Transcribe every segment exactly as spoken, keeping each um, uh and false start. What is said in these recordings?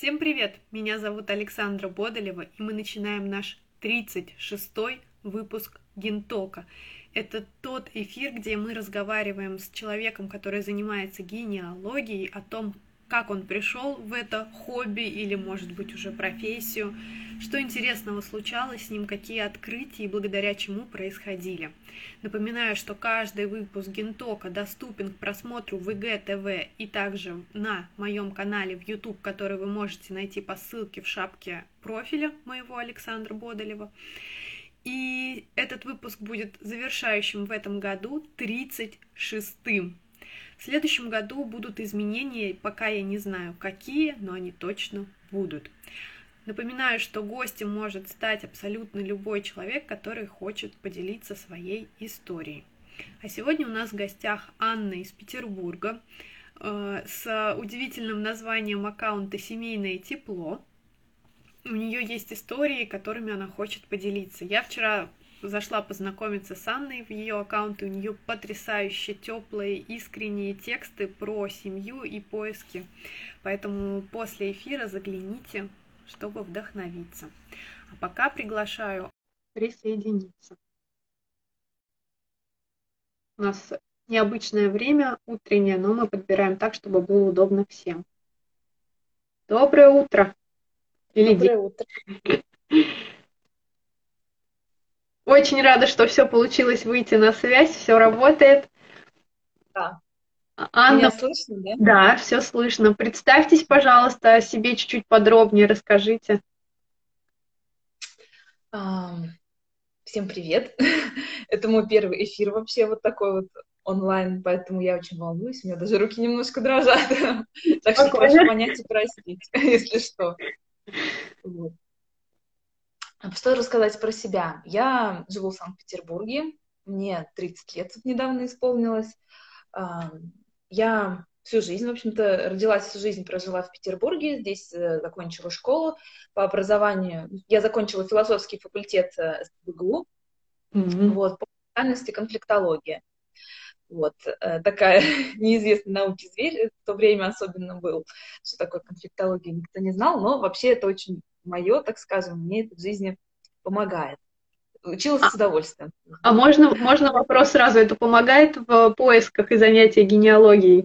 Всем привет! Меня зовут Александра Бодолева, и мы начинаем наш тридцать шестой выпуск Гентока. Это тот эфир, где мы разговариваем с человеком, который занимается генеалогией, о том, как он пришел в это хобби или, может быть, уже профессию, что интересного случалось с ним, какие открытия и благодаря чему происходили. Напоминаю, что каждый выпуск Гентока доступен к просмотру в ИГ-ТВ и также на моем канале в YouTube, который вы можете найти по ссылке в шапке профиля моего Александра Бодолева. И этот выпуск будет завершающим в этом году тридцать шестым. В следующем году будут изменения, пока я не знаю какие, но они точно будут. Напоминаю, что гостем может стать абсолютно любой человек, который хочет поделиться своей историей. А сегодня у нас в гостях Анна из Петербурга э, с удивительным названием аккаунта «Семейное тепло». У нее есть истории, которыми она хочет поделиться. Я вчера зашла познакомиться с Анной в ее аккаунт, и у нее потрясающе теплые, искренние тексты про семью и поиски. Поэтому после эфира загляните, чтобы вдохновиться. А пока приглашаю присоединиться. У нас необычное время, утреннее, но мы подбираем так, чтобы было удобно всем. Доброе утро! Или Доброе утро. Очень рада, что все получилось выйти на связь, все работает. Да. Анна, Меня слышно, да? да, все слышно. Представьтесь, пожалуйста, о себе чуть-чуть подробнее расскажите. А, Всем привет. Это мой первый эфир вообще вот такой вот онлайн, поэтому я очень волнуюсь, у меня даже руки немножко дрожат. Так что прошу Спокойно. понять и простить, если что. Вот. А Что рассказать про себя? Я живу в Санкт-Петербурге, мне тридцать лет тут недавно исполнилось. А, Я всю жизнь, в общем-то, родилась, всю жизнь прожила в Петербурге, здесь э, закончила школу по образованию. Я закончила философский факультет э, СПбГУ, Мгм. вот, по специальности конфликтология. Вот, э, такая неизвестная науке зверь в то время особенно был, что такое конфликтология, никто не знал, но вообще это очень мое, так скажем, мне это в жизни помогает. Училась А, с удовольствием. а можно, можно вопрос сразу? Это помогает в поисках и занятиях генеалогией?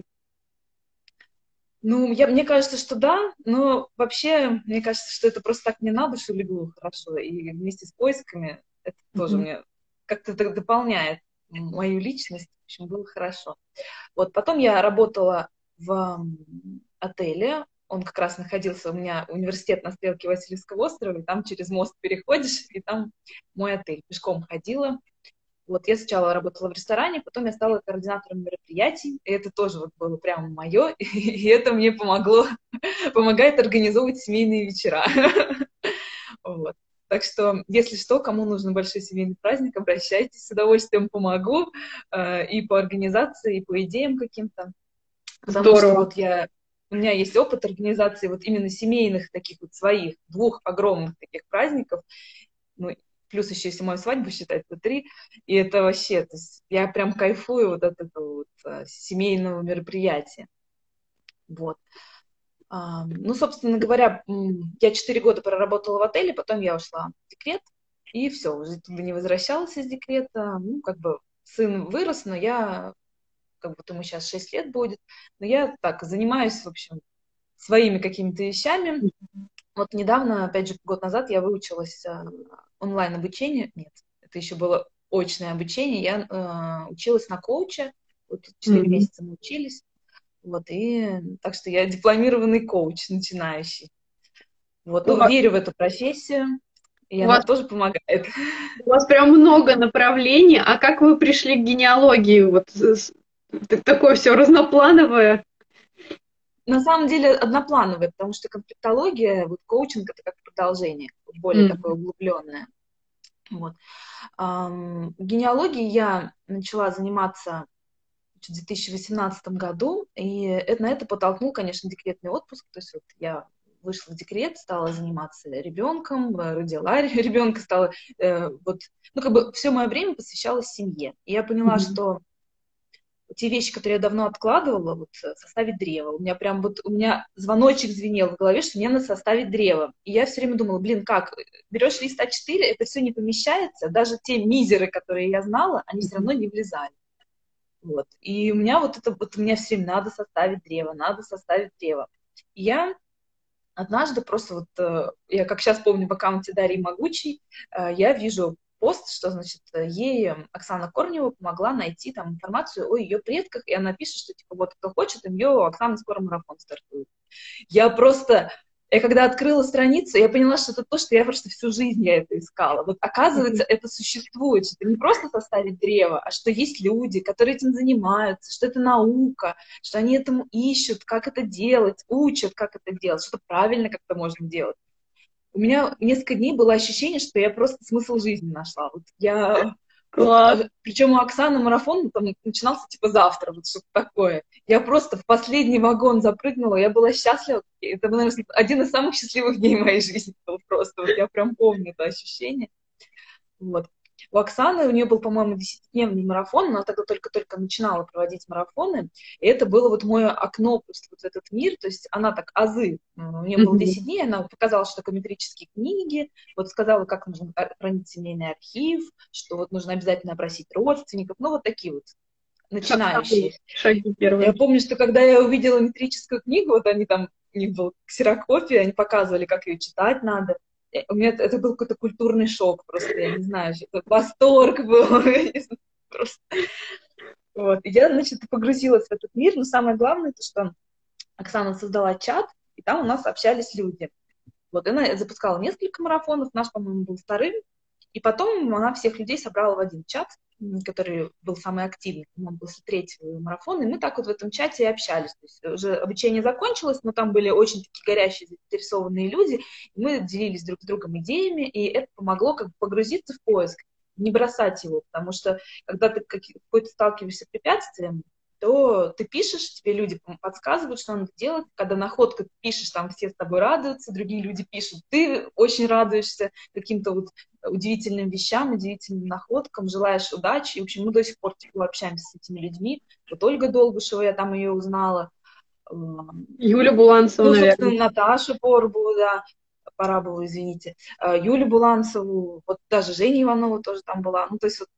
Ну, я, мне кажется, что да, но вообще, мне кажется, что это просто так мне на душу легло хорошо, и вместе с поисками это тоже Мгм. мне как-то так дополняет мою личность, в общем, было хорошо. Вот, потом я работала в м, отеле, он как раз находился, у меня университет на стрелке Васильевского острова, и там через мост переходишь, и там мой отель. Пешком ходила, вот я сначала работала в ресторане, потом я стала координатором мероприятий, и это тоже вот было прямо мое, и это мне помогло, помогает организовывать семейные вечера. Вот. Так что, если что, кому нужен большой семейный праздник, обращайтесь, с удовольствием помогу э, и по организации, и по идеям каким-то, потому что Здорово. вот я, у меня есть опыт организации вот именно семейных таких вот своих, двух огромных таких праздников, ну, плюс еще если мою свадьбу считать, то три, и это вообще, то есть я прям кайфую вот от этого вот а, семейного мероприятия. Вот. А, ну, собственно говоря, м, я четыре года проработала в отеле, потом я ушла в декрет, и все, уже туда не возвращалась из декрета. Ну, как бы сын вырос, но я, как бы ему сейчас шесть лет будет, но я так занимаюсь, в общем, своими какими-то вещами. Вот недавно, опять же, год назад я выучилась а, онлайн-обучение. Нет, это еще было очное обучение. Я а, училась на коуче. Вот четыре Мгм. месяца мы учились. Вот, и так что я дипломированный коуч, начинающий. Вот, У ну, ва- верю в эту профессию, и у она вас, тоже помогает. у вас прям много направлений. А как вы пришли к генеалогии? Вот с- с- т- такое все разноплановое. На самом деле одноплановая, потому что конфликтология, вот коучинг это как продолжение, более такое Мгм. углубленное. Вот. Ам, Генеалогией я начала заниматься в две тысячи восемнадцатом году, и это, на это подтолкнул, конечно, декретный отпуск. То есть вот я вышла в декрет, стала заниматься ребенком, э, родила ребенка, стала э, вот, ну как бы все мое время посвящалось семье. И я поняла, Мгм. что те вещи, которые я давно откладывала, вот э, составить древо. У меня прям вот, у меня звоночек звенел в голове, что мне надо составить древо. И я все время думала, блин, как, берешь лист а четыре, это все не помещается, даже те мизеры, которые я знала, они все равно не влезали. Вот. И у меня вот это, вот у меня все время надо составить древо, надо составить древо. И я однажды просто вот, э, я как сейчас помню в аккаунте Дарьи Могучей, э, я вижу пост, что, значит, ей Оксана Корнева помогла найти там информацию о ее предках, и она пишет, что, типа, вот кто хочет, у нее Оксана скоро марафон стартует. Я просто, я когда открыла страницу, я поняла, что это то, что я просто всю жизнь я это искала. Вот оказывается, это существует, что это не просто составить древо, а что есть люди, которые этим занимаются, что это наука, что они этому ищут, как это делать, учат, как это делать, что правильно как-то можно делать. У меня несколько дней было ощущение, что я просто смысл жизни нашла. Вот я... Вот, причем у Оксаны марафон там начинался типа завтра, вот что-то такое. Я просто в последний вагон запрыгнула, я была счастлива. Это, наверное, один из самых счастливых дней моей жизни был просто. Вот я прям помню это ощущение. Вот. У Оксаны, у нее был, по-моему, десятидневный марафон, она тогда только-только начинала проводить марафоны, и это было вот мое окно просто вот в этот мир, то есть она так азы, у нее было десять дней, она показала, что такое метрические книги, вот сказала, как нужно хранить семейный архив, что вот нужно обязательно опросить родственников, ну вот такие вот начинающие. Шаги первые. Я помню, что когда я увидела метрическую книгу, вот они там, у них был ксерокопия, они показывали, как ее читать надо. У меня это, это был какой-то культурный шок просто, я не знаю, это восторг был, просто. Вот. И я, значит, погрузилась в этот мир, но самое главное, то, что Оксана создала чат, и там у нас общались люди. Вот, и она запускала несколько марафонов, наш, по-моему, был вторым, и потом она всех людей собрала в один чат, который был самый активный, по-моему, после третьего марафона, и мы так вот в этом чате и общались. То есть уже обучение закончилось, но там были очень такие горящие, заинтересованные люди, и мы делились друг с другом идеями, и это помогло как бы погрузиться в поиск, не бросать его, потому что когда ты какой-то сталкиваешься с препятствием, то ты пишешь, тебе люди подсказывают, что надо делать. Когда находка ты пишешь, там все с тобой радуются, другие люди пишут, ты очень радуешься каким-то вот удивительным вещам, удивительным находкам, желаешь удачи. И, в общем, мы до сих пор тепло общаемся с этими людьми. Вот Ольга Долгушева, я там ее узнала. Юля Буланцева, ну, собственно, наверное. Наташа Порбу, да, пора было, извините. Юлю Буланцеву, вот даже Женя Иванова тоже там была. Ну, то есть вот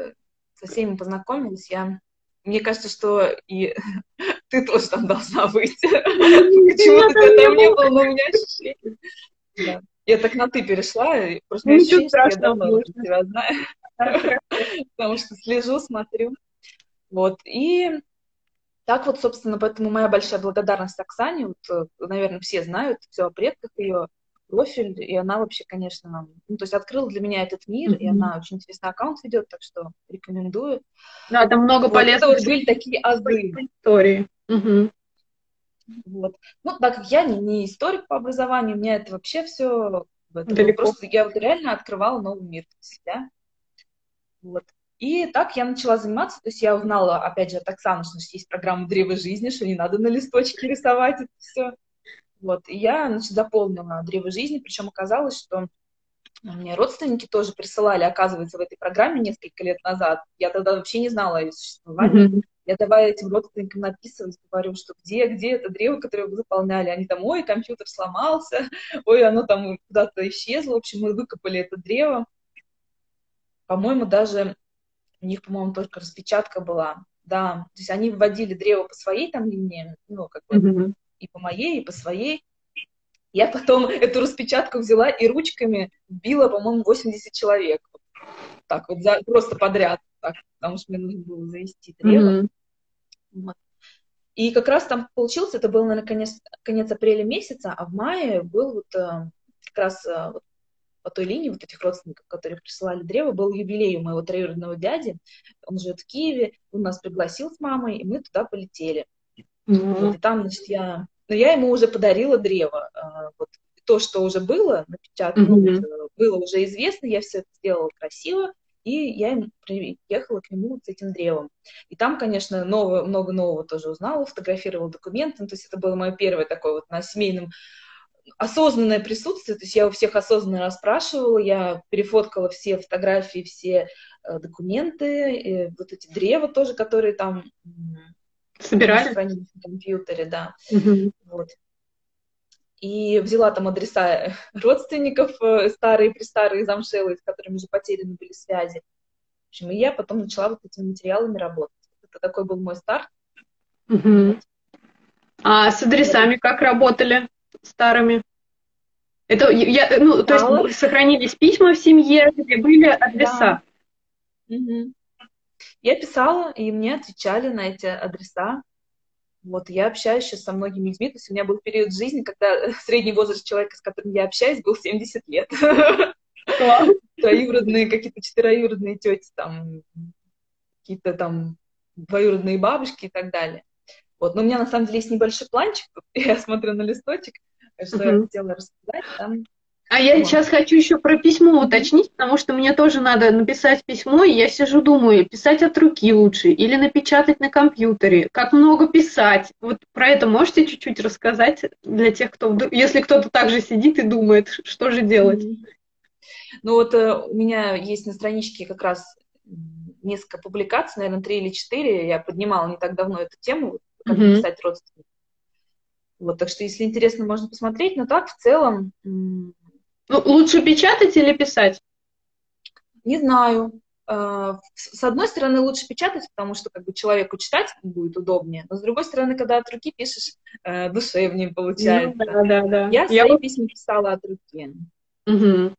со всеми познакомилась я. Мне кажется, что и ты тоже там должна быть. Почему-то тебя там не было, но у меня ощущение. Я так на «ты» перешла, просто ощущение, что я давно тебя знаю. Потому что слежу, смотрю. Вот. И так вот, собственно, поэтому моя большая благодарность Оксане. Вот, наверное, все знают все о предках ее, профиль, и она вообще, конечно, нам, ну, то есть открыла для меня этот мир, mm-hmm. и она очень интересный аккаунт ведет, так что рекомендую. Да, там много вот, полезных это вот были такие азы. Истории. Mm-hmm. Вот. Ну, так как я не, не историк по образованию, у меня это вообще все просто я вот реально открывала новый мир для себя. Вот. И так я начала заниматься, то есть я узнала, опять же, от Оксаны, что есть программа «Древо жизни», что не надо на листочке рисовать это все. Вот, и я, значит, заполнила древо жизни, причем оказалось, что мне родственники тоже присылали, оказывается, в этой программе несколько лет назад. Я тогда вообще не знала о ее существовании. Mm-hmm. Я давай этим родственникам написывать, говорю, что где, где это древо, которое вы заполняли. Они там, ой, компьютер сломался, ой, оно там куда-то исчезло. В общем, мы выкопали это древо. По-моему, даже у них, по-моему, только распечатка была. Да, то есть они вводили древо по своей там линии, ну, как бы, mm-hmm. и по моей, и по своей. Я потом эту распечатку взяла и ручками вбила, по-моему, восемьдесят человек. Так вот, за, просто подряд, так, потому что мне нужно было завести древо. Mm-hmm. Вот. И как раз там получилось, это был, наверное, конец, конец апреля месяца, а в мае был вот э, как раз э, вот, по той линии вот этих родственников, которые присылали древо, был юбилей у моего троюродного дяди. Он живет в Киеве, он нас пригласил с мамой, и мы туда полетели. Mm-hmm. Вот, и там, значит, я... Но я ему уже подарила древо. Вот то, что уже было напечатано, mm-hmm. вот, было уже известно, я все это сделала красиво, и я приехала к нему с этим древом. И там, конечно, новое, много нового тоже узнала, фотографировала документы. Ну, то есть это было мое первое такое вот на семейном, осознанное присутствие, то есть я у всех осознанно расспрашивала, я перефоткала все фотографии, все э, документы, и вот эти древа тоже, которые там м, у них Собирали? хранились на компьютере, да, Мгм. вот. И взяла там адреса родственников, э, старые, престарые, замшелые, с которыми уже потеряны были связи. В общем, и я потом начала вот этими материалами работать. Это такой был мой старт. Мгм. Вот. А с Я адресами как работали старыми? Это я, ну, то есть писала, сохранились письма в семье, где были да. адреса. Мгм. Я писала, и мне отвечали на эти адреса. Вот, я общаюсь сейчас со многими людьми. То есть у меня был период жизни, когда средний возраст человека, с которым я общаюсь, был семьдесят лет. Класс. Троюродные, какие-то четыроюродные тети, там, какие-то там двоюродные бабушки и так далее. Вот. Но у меня на самом деле есть небольшой планчик. Я смотрю на листочек, что я Мгм. хотела рассказать. Там. А я Вот. сейчас хочу еще про письмо Мгм. уточнить, потому что мне тоже надо написать письмо, и я сижу, думаю, писать от руки лучше или напечатать на компьютере. Как много писать? Вот про это можете чуть-чуть рассказать для тех, кто, вдруг- если кто-то также сидит и думает, ш- что же делать? Мгм. Ну вот э, у меня есть на страничке как раз м, несколько публикаций, наверное, три или четыре. Я поднимала не так давно эту тему, вот, как Мгм. написать родственникам. Вот, так что, если интересно, можно посмотреть. Но так, в целом, м, Ну, лучше печатать или писать? не знаю. Э, С с одной стороны, лучше печатать, потому что как бы человеку читать будет удобнее. Но с другой стороны, когда от руки пишешь, э, душевнее Ну получается. да, да, да. Я Я свои вот. письма писала от руки. Мгм.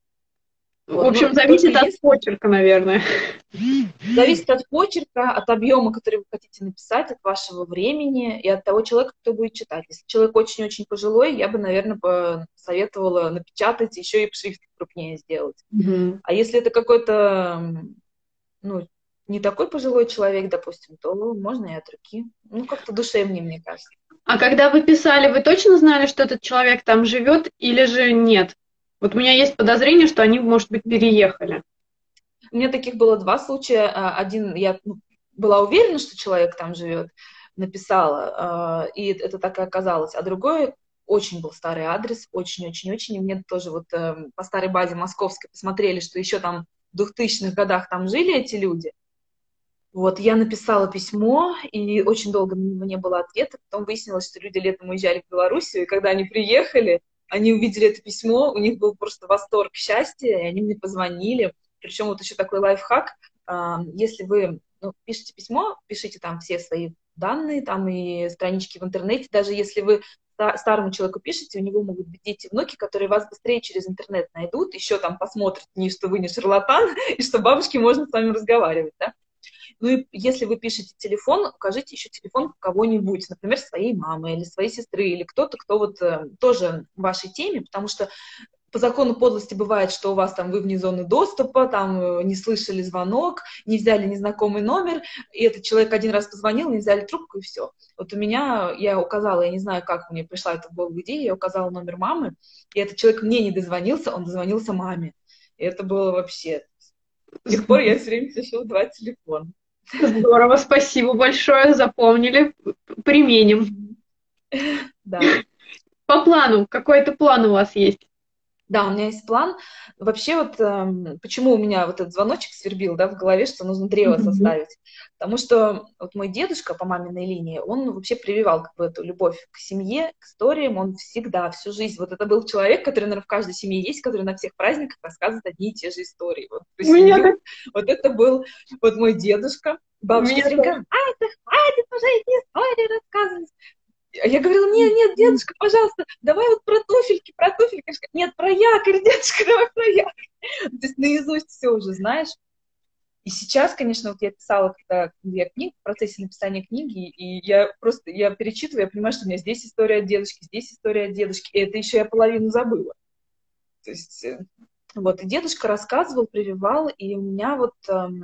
В Вот, общем, но только зависит от единственное, почерка, наверное. зависит от почерка, от объема, который вы хотите написать, от вашего времени и от того человека, кто будет читать. Если человек очень-очень пожилой, я бы, наверное, посоветовала напечатать, еще и шрифт крупнее сделать. Мгм. А если это какой-то, м, ну, не такой пожилой человек, допустим, то можно и от руки. Ну, как-то душевнее, мне кажется. А когда вы писали, вы точно знали, что этот человек там живет, или же нет? Вот у меня есть подозрение, что они, может быть, переехали. У меня таких было два случая. А, Один, я ну, была уверена, что человек там живет, написала, а, и это так и оказалось. А другой очень был старый адрес, очень-очень-очень. И мне тоже вот э, по старой базе московской посмотрели, что еще там в двухтысячных годах там жили эти люди. Вот, я написала письмо, и очень долго на него не было ответа. Потом выяснилось, что люди летом уезжали в Белоруссию, и когда они приехали, они увидели это письмо, у них был просто восторг, счастье, и они мне позвонили. Причем вот еще такой лайфхак, а, если вы ну, пишете письмо, пишите там все свои данные, там и странички в интернете, даже если вы ста- старому человеку пишете, у него могут быть дети, внуки, которые вас быстрее через интернет найдут, еще там посмотрят, не, что вы не шарлатан, и что бабушке можно с вами разговаривать, да. Ну и если вы пишете телефон, укажите еще телефон кого-нибудь, например, своей мамы или своей сестры, или кто-то, кто вот э, тоже в вашей теме, потому что по закону подлости бывает, что у вас там вы вне зоны доступа, там э, не слышали звонок, не взяли незнакомый номер, и этот человек один раз позвонил, не взяли трубку, и все. Вот у меня, я указала, я не знаю, как мне пришла эта в голову идея, я указала номер мамы, и этот человек мне не дозвонился, он дозвонился маме. И это было вообще... С тех пор я все время пишу два телефона. Здорово, спасибо большое, запомнили, применим. Мгм. Да. По плану, какой-то план у вас есть? Да, у меня есть план. Вообще вот эм, почему у меня вот этот звоночек свербил, да, в голове, что нужно древо Мгм. составить. Потому что вот мой дедушка по маминой линии, он вообще прививал как бы эту любовь к семье, к историям. Он всегда, всю жизнь. Вот это был человек, который, наверное, в каждой семье есть, который на всех праздниках рассказывает одни и те же истории. Вот про У меня так, семью. Вот это был вот мой дедушка. у Бабушка меня все время так. говорила, а, это хватит уже эти истории рассказывать. А я говорила, нет, нет, дедушка, пожалуйста, давай вот про туфельки, про туфельки. Нет, про якорь, дедушка, давай про якорь. То есть наизусть все уже знаешь. И сейчас, конечно, вот я писала, когда я книгу, в процессе написания книги, и я просто, я перечитываю, я понимаю, что у меня здесь история от дедушки, здесь история от дедушки, и это еще я половину забыла. То есть, э, вот, и дедушка рассказывал, прививал, и у меня вот эм,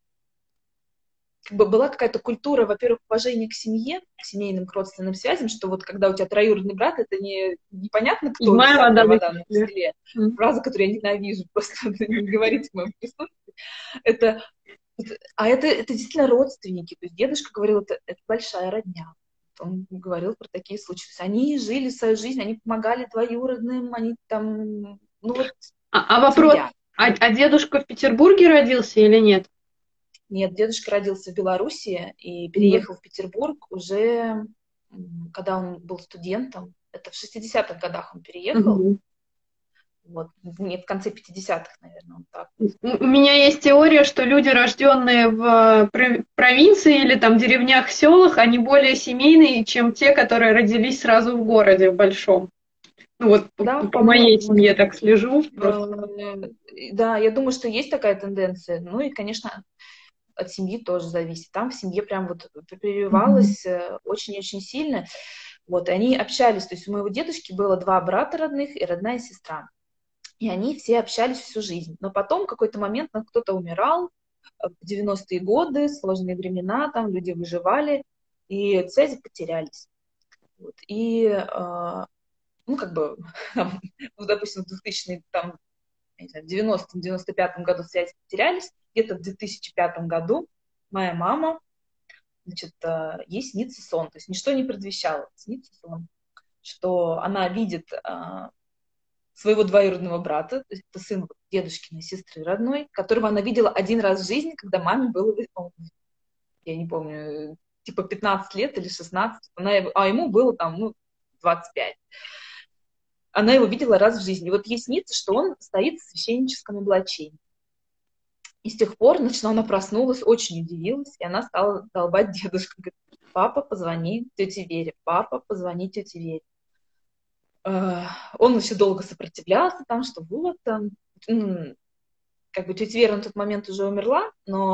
как бы была какая-то культура, во-первых, уважения к семье, к семейным, к родственным связям, что вот когда у тебя троюродный брат, это не непонятно кто, Седьмая вода десятая на вода на киселе. киселе. М. Фраза, которую я ненавижу, просто не говорите в моем присутствии. Это, а это, это действительно родственники. То есть дедушка говорил, это, это большая родня. он говорил про такие случаи. То есть они жили свою жизнь, они помогали двоюродным, они там, ну вот, А, а вопрос, семья. а, а дедушка в Петербурге родился или нет? Нет, дедушка родился в Белоруссии и Мгм. переехал в Петербург уже, м, когда он был студентом. Это в шестидесятых годах он переехал. Мгм. Вот, не в конце пятидесятых, наверное, он так. У у меня есть теория, что люди, рожденные в пров- провинции или там деревнях, селах, они более семейные, чем те, которые родились сразу в городе в большом. Ну вот по, Да, по- по вполне моей возможно. семье так слежу просто. Э, Да, я думаю, что есть такая тенденция. Ну и, конечно, от семьи тоже зависит. Там в семье прям вот Мгм. прививалось э, очень-очень сильно. Вот, и они общались. То есть у моего дедушки было два брата родных и родная сестра. И они все общались всю жизнь. Но потом в какой-то момент ну, кто-то умирал, э, в девяностые годы, сложные времена, там люди выживали, и связи потерялись. Вот. И, э, ну, как бы, там, ну, допустим, в двухтысячном, там, я не знаю, в девяностом девяносто пятом году связи потерялись, где-то в две тысячи пятом году моя мама, значит, э, ей снится сон, то есть ничто не предвещало, снится сон, что она видит э, своего двоюродного брата, то есть это сын дедушкиной сестры родной, которого она видела один раз в жизни, когда маме было, я не помню, типа пятнадцать лет или шестнадцать, она, а ему было там, ну, двадцать пять. Она его видела раз в жизни. И вот ей снится, что он стоит в священническом облачении. И с тех пор, значит, она проснулась, очень удивилась, и она стала долбать дедушку. Говорит, папа, позвони тете Вере, папа, позвони тете Вере. Э, Он еще долго сопротивлялся там, что вот там, м, как бы тетя Вера на тот момент уже умерла,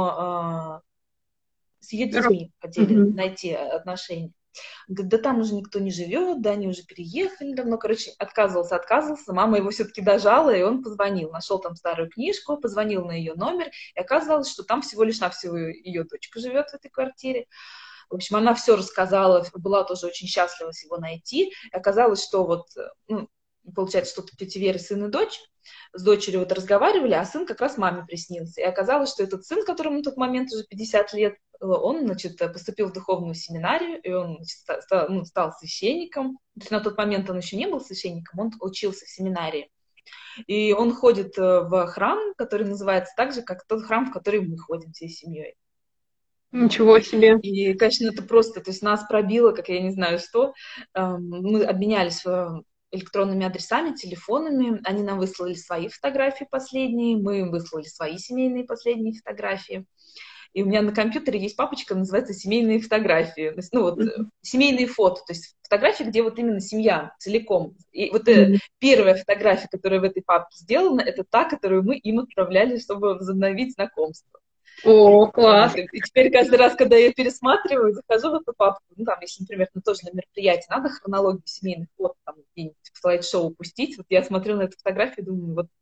но э, с ее Ро- детьми хотели Мгм. найти отношения. Говорит, да там уже никто не живет, да, они уже переехали давно. Короче, отказывался, отказывался. Мама его все-таки дожала, и он позвонил. Нашел там старую книжку, позвонил на ее номер, и оказалось, что там всего лишь навсего ее дочка живет в этой квартире. В общем, она все рассказала, была тоже очень счастлива его найти. И оказалось, что вот, ну, получается, что тут тети Веры сын и дочь, с дочерью вот разговаривали, а сын как раз маме приснился. И оказалось, что этот сын, которому на тот момент уже пятьдесят лет, он, значит, поступил в духовную семинарию, и он, значит, стал, ну, стал священником. То есть на тот момент он еще не был священником, он учился в семинарии. И он ходит в храм, который называется так же, как тот храм, в который мы ходим всей семьей. Вот. Ничего себе. И, конечно, это просто, то есть нас пробило, как я не знаю что. Эм, Мы обменялись э, электронными адресами, телефонами. Они нам выслали свои фотографии последние, мы им выслали свои семейные последние фотографии. И у меня на компьютере есть папочка, называется «Семейные фотографии». То есть, ну вот, э, Мгм. семейные фото, то есть фотографии, где вот именно семья целиком. И вот э, Мгм. первая фотография, которая в этой папке сделана, это та, которую мы им отправляли, чтобы возобновить знакомство. О, Вот. класс. И теперь каждый раз, когда я ее пересматриваю, захожу в эту папку, ну, там, если, например, ну, тоже на мероприятии надо хронологию семейных фото, там, где-нибудь в слайд-шоу пустить, вот я смотрю на эту фотографию и думаю, вот,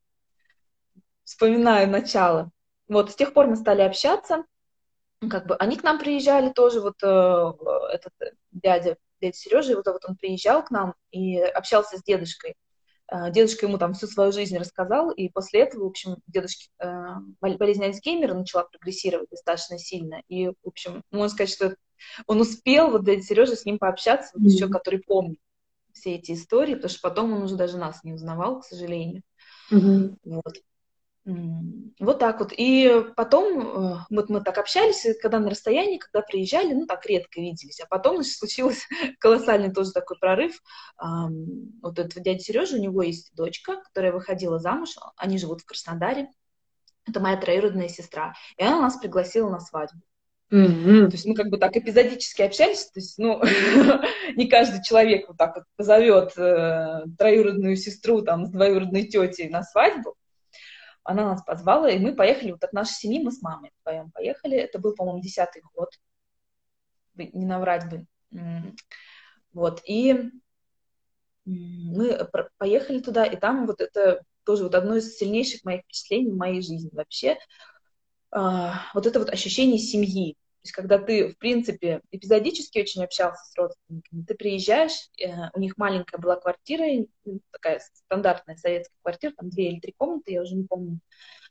вспоминаю начало. Вот, с тех пор мы стали общаться, как бы, они к нам приезжали тоже, вот, э, этот дядя, дядя Сережа, вот, вот он приезжал к нам и общался с дедушкой. Э, Дедушка ему там всю свою жизнь рассказал, и после этого, в общем, дедушке э, болезнь Альцгеймера начала прогрессировать достаточно сильно. И, в общем, можно сказать, что он успел, вот дядя Сережа, с ним пообщаться, вот еще, Мгм. который помнит все эти истории, потому что потом он уже даже нас не узнавал, к сожалению. Мгм. Вот. М, Вот так вот. И потом, э, вот мы так общались, и когда на расстоянии, когда приезжали, ну, так редко виделись. А потом, значит, случился колоссальный тоже такой прорыв. Ам, Вот этот дядя Сережа, у него есть дочка, которая выходила замуж, они живут в Краснодаре. Это моя троюродная сестра. И она нас пригласила на свадьбу. То Мгм. есть мы как бы так эпизодически общались, то есть, ну, не каждый человек вот так вот позовет э, троюродную сестру там с двоюродной тетей на свадьбу. Она нас позвала, и мы поехали, вот от нашей семьи мы с мамой вдвоем поехали. Это был, по-моему, десятый год, не наврать бы. Вот, и мы поехали туда, и там вот это тоже вот одно из сильнейших моих впечатлений в моей жизни вообще. Вот это вот ощущение семьи. То есть, когда ты, в принципе, эпизодически очень общался с родственниками, ты приезжаешь, у них маленькая была квартира, такая стандартная советская квартира, там две или три комнаты, я уже не помню.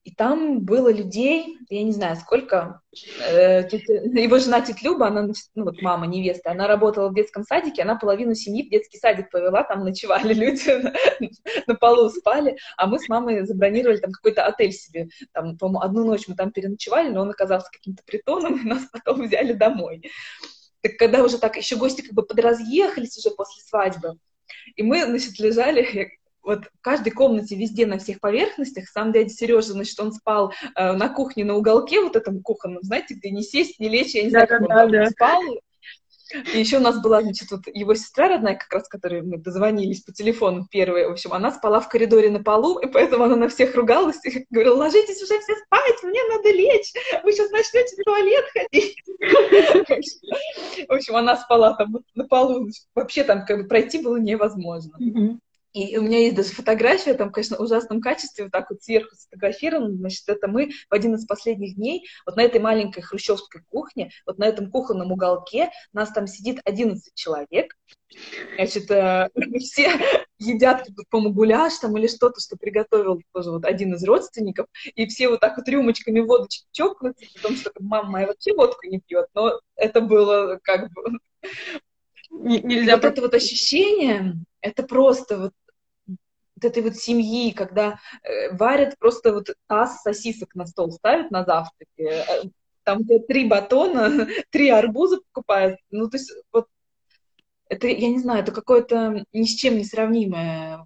И там было людей, я не знаю, сколько. Э, тетя- его жена тетя Люба, она, значит, ну вот мама, невеста, она работала в детском садике, она половину семьи в детский садик повела, там ночевали люди, на, на полу спали, а мы с мамой забронировали там какой-то отель себе. Там, по-моему, одну ночь мы там переночевали, но он оказался каким-то притоном, и нас потом взяли домой. Так когда уже так, еще гости как бы подразъехались уже после свадьбы, и мы, значит, лежали, вот в каждой комнате, везде, на всех поверхностях. Сам дядя Сережа, значит, он спал э, на кухне на уголке, вот этом кухонном, знаете, где не сесть, не лечь, я не знаю, как он там Да-да-да. спал. И еще у нас была, значит, вот его сестра родная, как раз, которой мы дозвонились по телефону первая, в общем, она спала в коридоре на полу, и поэтому она на всех ругалась и говорила: ложитесь уже все спать, мне надо лечь, вы сейчас начнете в туалет ходить. В общем, она спала там на полу, вообще там как бы пройти было невозможно. Мгм. И у меня есть даже фотография, там, конечно, в ужасном качестве, вот так вот сверху сфотографирована. Значит, это мы в один из последних дней вот на этой маленькой хрущевской кухне, вот на этом кухонном уголке, нас там сидит одиннадцать человек. Значит, э, все едят, по-моему, гуляш там или что-то, что приготовил тоже вот один из родственников, и все вот так вот рюмочками водочки чокаются, потому что мама моя вообще водку не пьет, но это было как бы... Не- И Нельзя вот про- это вот ощущение, это просто вот вот этой вот семьи, когда э, варят просто вот таз сосисок на стол, ставят на завтрак, э, там где три батона, три арбуза покупают, ну, то есть вот это, я не знаю, это какое-то ни с чем не сравнимое.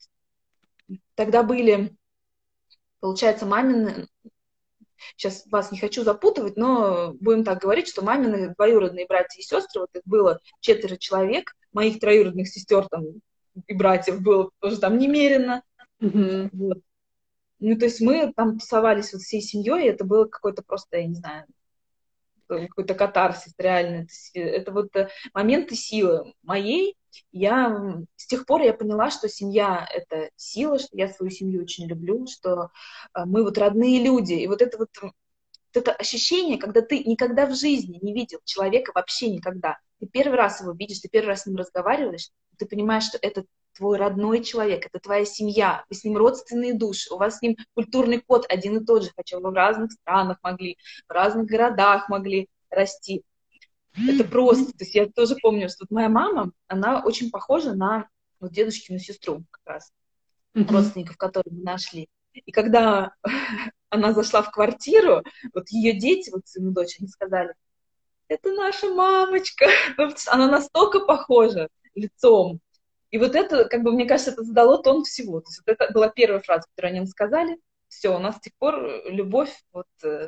Тогда были, получается, мамины, сейчас вас не хочу запутывать, но будем так говорить, что мамины двоюродные братья и сестры, вот их было четверо человек, моих троюродных сестер там и братьев было тоже там немерено. Мгм. Вот. Ну, то есть мы там тусовались вот всей семьей, и это было какой-то просто, я не знаю, какой-то катарсис реально. То есть это вот э, моменты силы моей. Я м, с тех пор я поняла, что семья — это сила, что я свою семью очень люблю, что э, мы вот родные люди. И вот это вот, м, вот это ощущение, когда ты никогда в жизни не видел человека, вообще никогда. Ты первый раз его видишь, ты первый раз с ним разговариваешь, ты понимаешь, что это твой родной человек, это твоя семья, вы с ним родственные души, у вас с ним культурный код один и тот же, хотя вы в разных странах могли, в разных городах могли расти. Это просто, то есть я тоже помню, что вот моя мама, она очень похожа на вот дедушкину сестру как раз, Мгм. родственников, которые мы нашли. И когда она зашла в квартиру, вот ее дети, вот сын и дочь, они сказали: это наша мамочка. Она настолько похожа лицом. И вот это, как бы, мне кажется, это задало тон всего. То есть вот это была первая фраза, которую они нам сказали. Все, у нас с тех пор любовь, вот, э,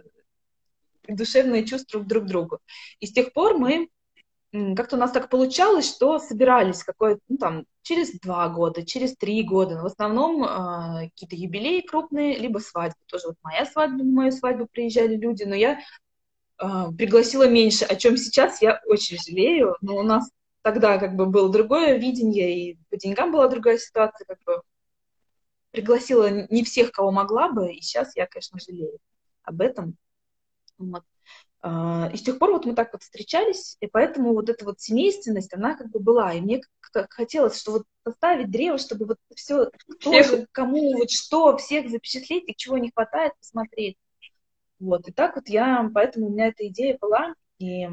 душевные чувства друг к другу. И с тех пор мы, м, как-то у нас так получалось, что собирались какое-то, ну, там, через два года, через три года. Но в основном э, какие-то юбилеи крупные, либо свадьбы. Тоже вот моя свадьба, на мою свадьбу приезжали люди, но я а, пригласила меньше, о чем сейчас я очень жалею, но у нас тогда как бы было другое видение, и по деньгам была другая ситуация, как бы пригласила не всех, кого могла бы, и сейчас я, конечно, жалею об этом. Вот. А, И с тех пор вот мы так вот встречались, и поэтому вот эта вот семейственность, она как бы была, и мне как хотелось, что вот составить древо, чтобы вот все, кто Всех. же, кому, вот что, всех запечатлеть, и чего не хватает, посмотреть. Вот, и так вот я, поэтому у меня эта идея была, и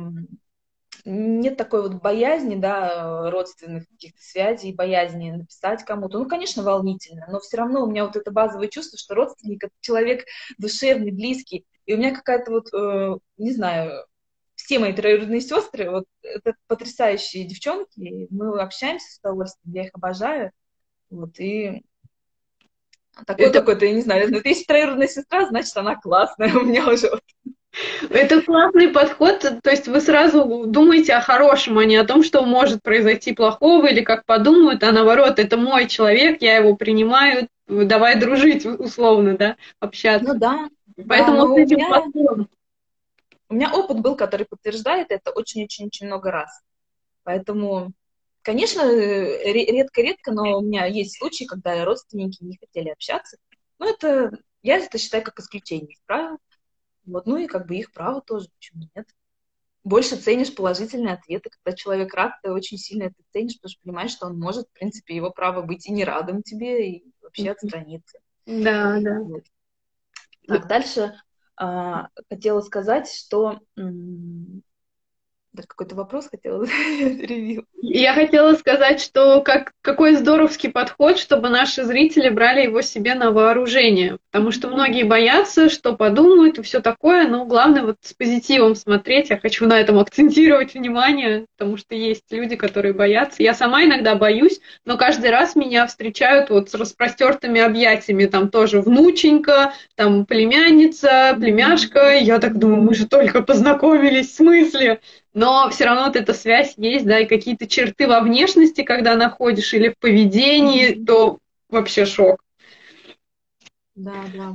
нет такой вот боязни, да, родственных каких-то связей, боязни написать кому-то. Ну, конечно, волнительно, но все равно у меня вот это базовое чувство, что родственник — это человек душевный, близкий. И у меня какая-то вот, э, не знаю, все мои троюродные сестры, вот это потрясающие девчонки, мы общаемся с удовольствием, я их обожаю. Вот, и такой Это, какой-то, я не знаю, вот если троюродная сестра, значит, она классная у меня уже. Вот. это классный подход, то есть вы сразу думаете о хорошем, а не о том, что может произойти плохого или как подумают, а наоборот, это мой человек, я его принимаю, давай дружить, условно, да, Ну общаться. да, да, Поэтому с но у этим меня подходом. У меня опыт был, который подтверждает это очень-очень-очень много раз. Поэтому, конечно, э, ре- редко-редко, но у меня есть случаи, когда родственники не хотели общаться. Но это, я это считаю как исключение из правил. Вот, ну и как бы их право тоже, почему нет. Больше ценишь положительные ответы, когда человек рад, ты очень сильно это ценишь, потому что понимаешь, что он может, в принципе, его право быть и не радом тебе, и вообще отстраниться. Да, да. Вот. Так, дальше а, хотела сказать, что... м, да, какой-то вопрос хотела перебил. Я хотела сказать, что как, какой здоровский подход, чтобы наши зрители брали его себе на вооружение. Потому что многие боятся, что подумают и все такое, но главное вот с позитивом смотреть. Я хочу на этом акцентировать внимание, потому что есть люди, которые боятся. Я сама иногда боюсь, но каждый раз меня встречают вот с распростертыми объятиями. Там тоже внученька, там племянница, племяшка. Я так думаю, мы же только познакомились, в смысле? Но все равно вот эта связь есть, да, и какие-то черты во внешности, когда находишь, или в поведении, то вообще шок. Да, да.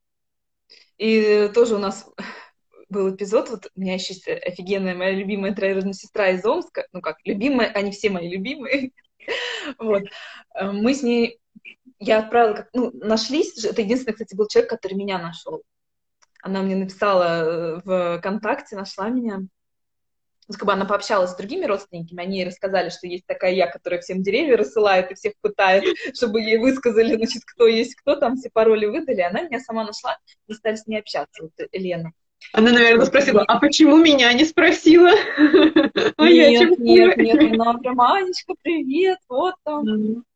И тоже у нас был эпизод, вот у меня еще есть офигенная моя любимая троюродная сестра из Омска, ну как, любимая, они все мои любимые, вот, Э, мы с ней, я отправила, как, ну, нашлись, это единственный, кстати, был человек, который меня нашел, она мне написала э, в ВКонтакте, нашла меня, ну, как бы она пообщалась с другими родственниками, они ей рассказали, что есть такая я, которая всем деревья рассылает и всех пытает, чтобы ей высказали, значит, кто есть кто, там все пароли выдали. Она меня сама нашла, мы стали с ней общаться, вот Елена. Она, наверное, Вот, спросила, и... а почему меня не спросила? А я Нет, чем нет, нет, хуже? она прям, Анечка, привет, вот там.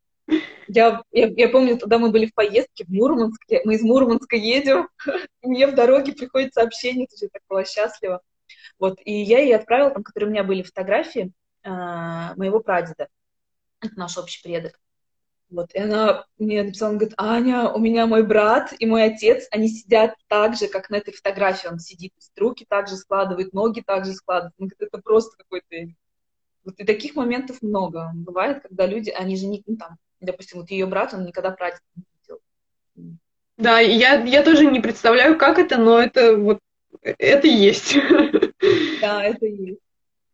Я, я, я помню, тогда мы были в поездке в Мурманске, мы из Мурманска едем, и мне в дороге приходит сообщение, тоже я так была счастлива. Вот, и я ей отправила, там, которые у меня были фотографии э, моего прадеда, это наш общий предок. Вот, и она мне написала, она говорит, Аня, у меня мой брат и мой отец, они сидят так же, как на этой фотографии он сидит, то есть руки так же складывает, ноги так же складывает. Она говорит, это просто какой-то... Вот и таких моментов много бывает, когда люди, они же не, ну, там, допустим, вот ее брат, он никогда прадеда не видел. Да, я, я тоже не представляю, как это, но это вот, это есть. Да, это и есть.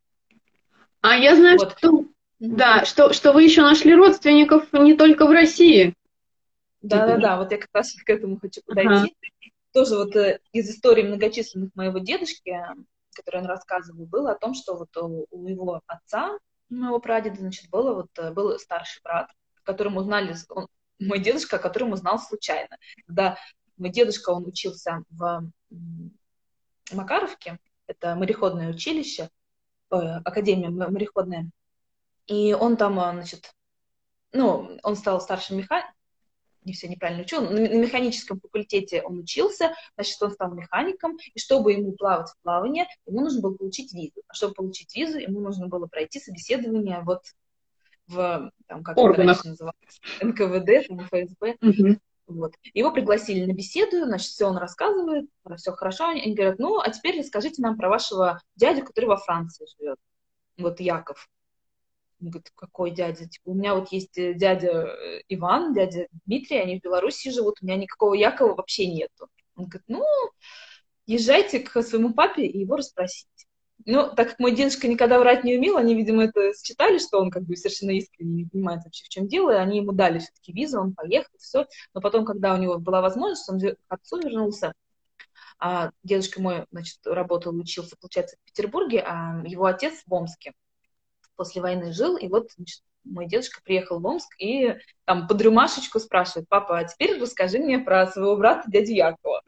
А я знаю, Вот. что, да, что, что вы еще нашли родственников не только в России. Да-да-да, вот я как раз к этому хочу Ага. подойти. Тоже вот э, из истории многочисленных моего дедушки, э, который он рассказывал, было о том, что вот у, у его отца, моего прадеда, значит, было вот, э, был старший брат, которому узнали, он, мой дедушка, о котором узнал случайно. Когда мой дедушка, он учился в м, Макаровке, это мореходное училище, э, академия м- мореходная, и он там, э, значит, ну, он стал старшим механиком, не все неправильно учил, на на механическом факультете он учился, значит, он стал механиком, и чтобы ему плавать в плавание, ему нужно было получить визу. А чтобы получить визу, ему нужно было пройти собеседование вот в, там, как это Органах. раньше называлось, эн ка вэ дэ, там, эф эс бэ. Мгм. Вот. Его пригласили на беседу, значит, все он рассказывает, все хорошо. Они говорят, ну, а теперь расскажите нам про вашего дядю, который во Франции живет. Вот Яков. Он говорит, какой дядя? Типа, у меня вот есть э, дядя э, Иван, дядя Дмитрий, они в Беларуси живут, у меня никакого Якова вообще нету. Он говорит, ну, езжайте к своему папе и его расспросите. Ну, так как мой дедушка никогда врать не умел, они, видимо, это считали, что он как бы совершенно искренне не понимает вообще, в чем дело, и они ему дали все-таки визу, он поехал, все. Но потом, когда у него была возможность, он к отцу вернулся, а дедушка мой, значит, работал, учился, получается, в Петербурге, а его отец в Омске после войны жил, и вот, значит, мой дедушка приехал в Омск и там под рюмашечку спрашивает, папа, а теперь расскажи мне про своего брата, дядю Якова.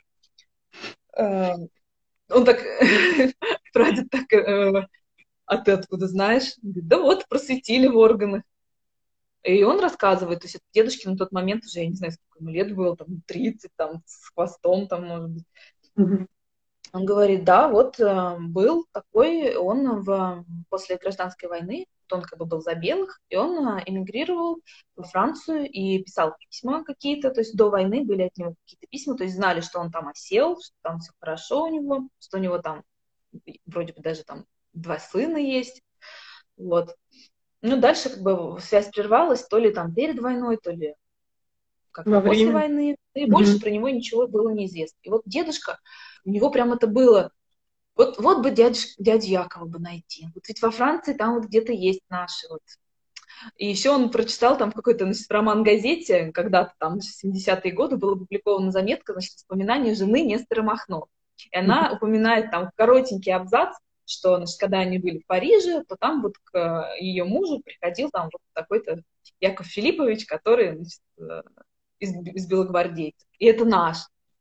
Э, Он так, прадед так, э, а ты откуда знаешь? Он говорит, да вот, просветили в органах. И он рассказывает, то есть это дедушке на тот момент уже, я не знаю, сколько ему лет было, там, тридцать, там, с хвостом, там, может быть. Мгм. Он говорит, да, вот э, был такой, он в, после гражданской войны, вот он как бы был за белых, и он э, эмигрировал во Францию и писал письма какие-то, то есть до войны были от него какие-то письма, то есть знали, что он там осел, что там все хорошо у него, что у него там вроде бы даже там два сына есть, вот. Ну, дальше как бы связь прервалась, то ли там перед войной, то ли как-то Во после время. войны, и больше Мгм. про него ничего было неизвестно. И вот дедушка, у него прям это было. Вот, вот бы дядь, дядю Якова бы найти. Вот ведь во Франции там вот где-то есть наши вот. И еще он прочитал там какой-то, значит, в роман-газете, когда-то там в семидесятые годы была опубликована заметка, значит, воспоминания жены Нестора Махно. И она упоминает там коротенький абзац, что, значит, когда они были в Париже, то там вот к ее мужу приходил там вот такой-то Яков Филиппович, который, значит, из, из белогвардейцев. И это наш.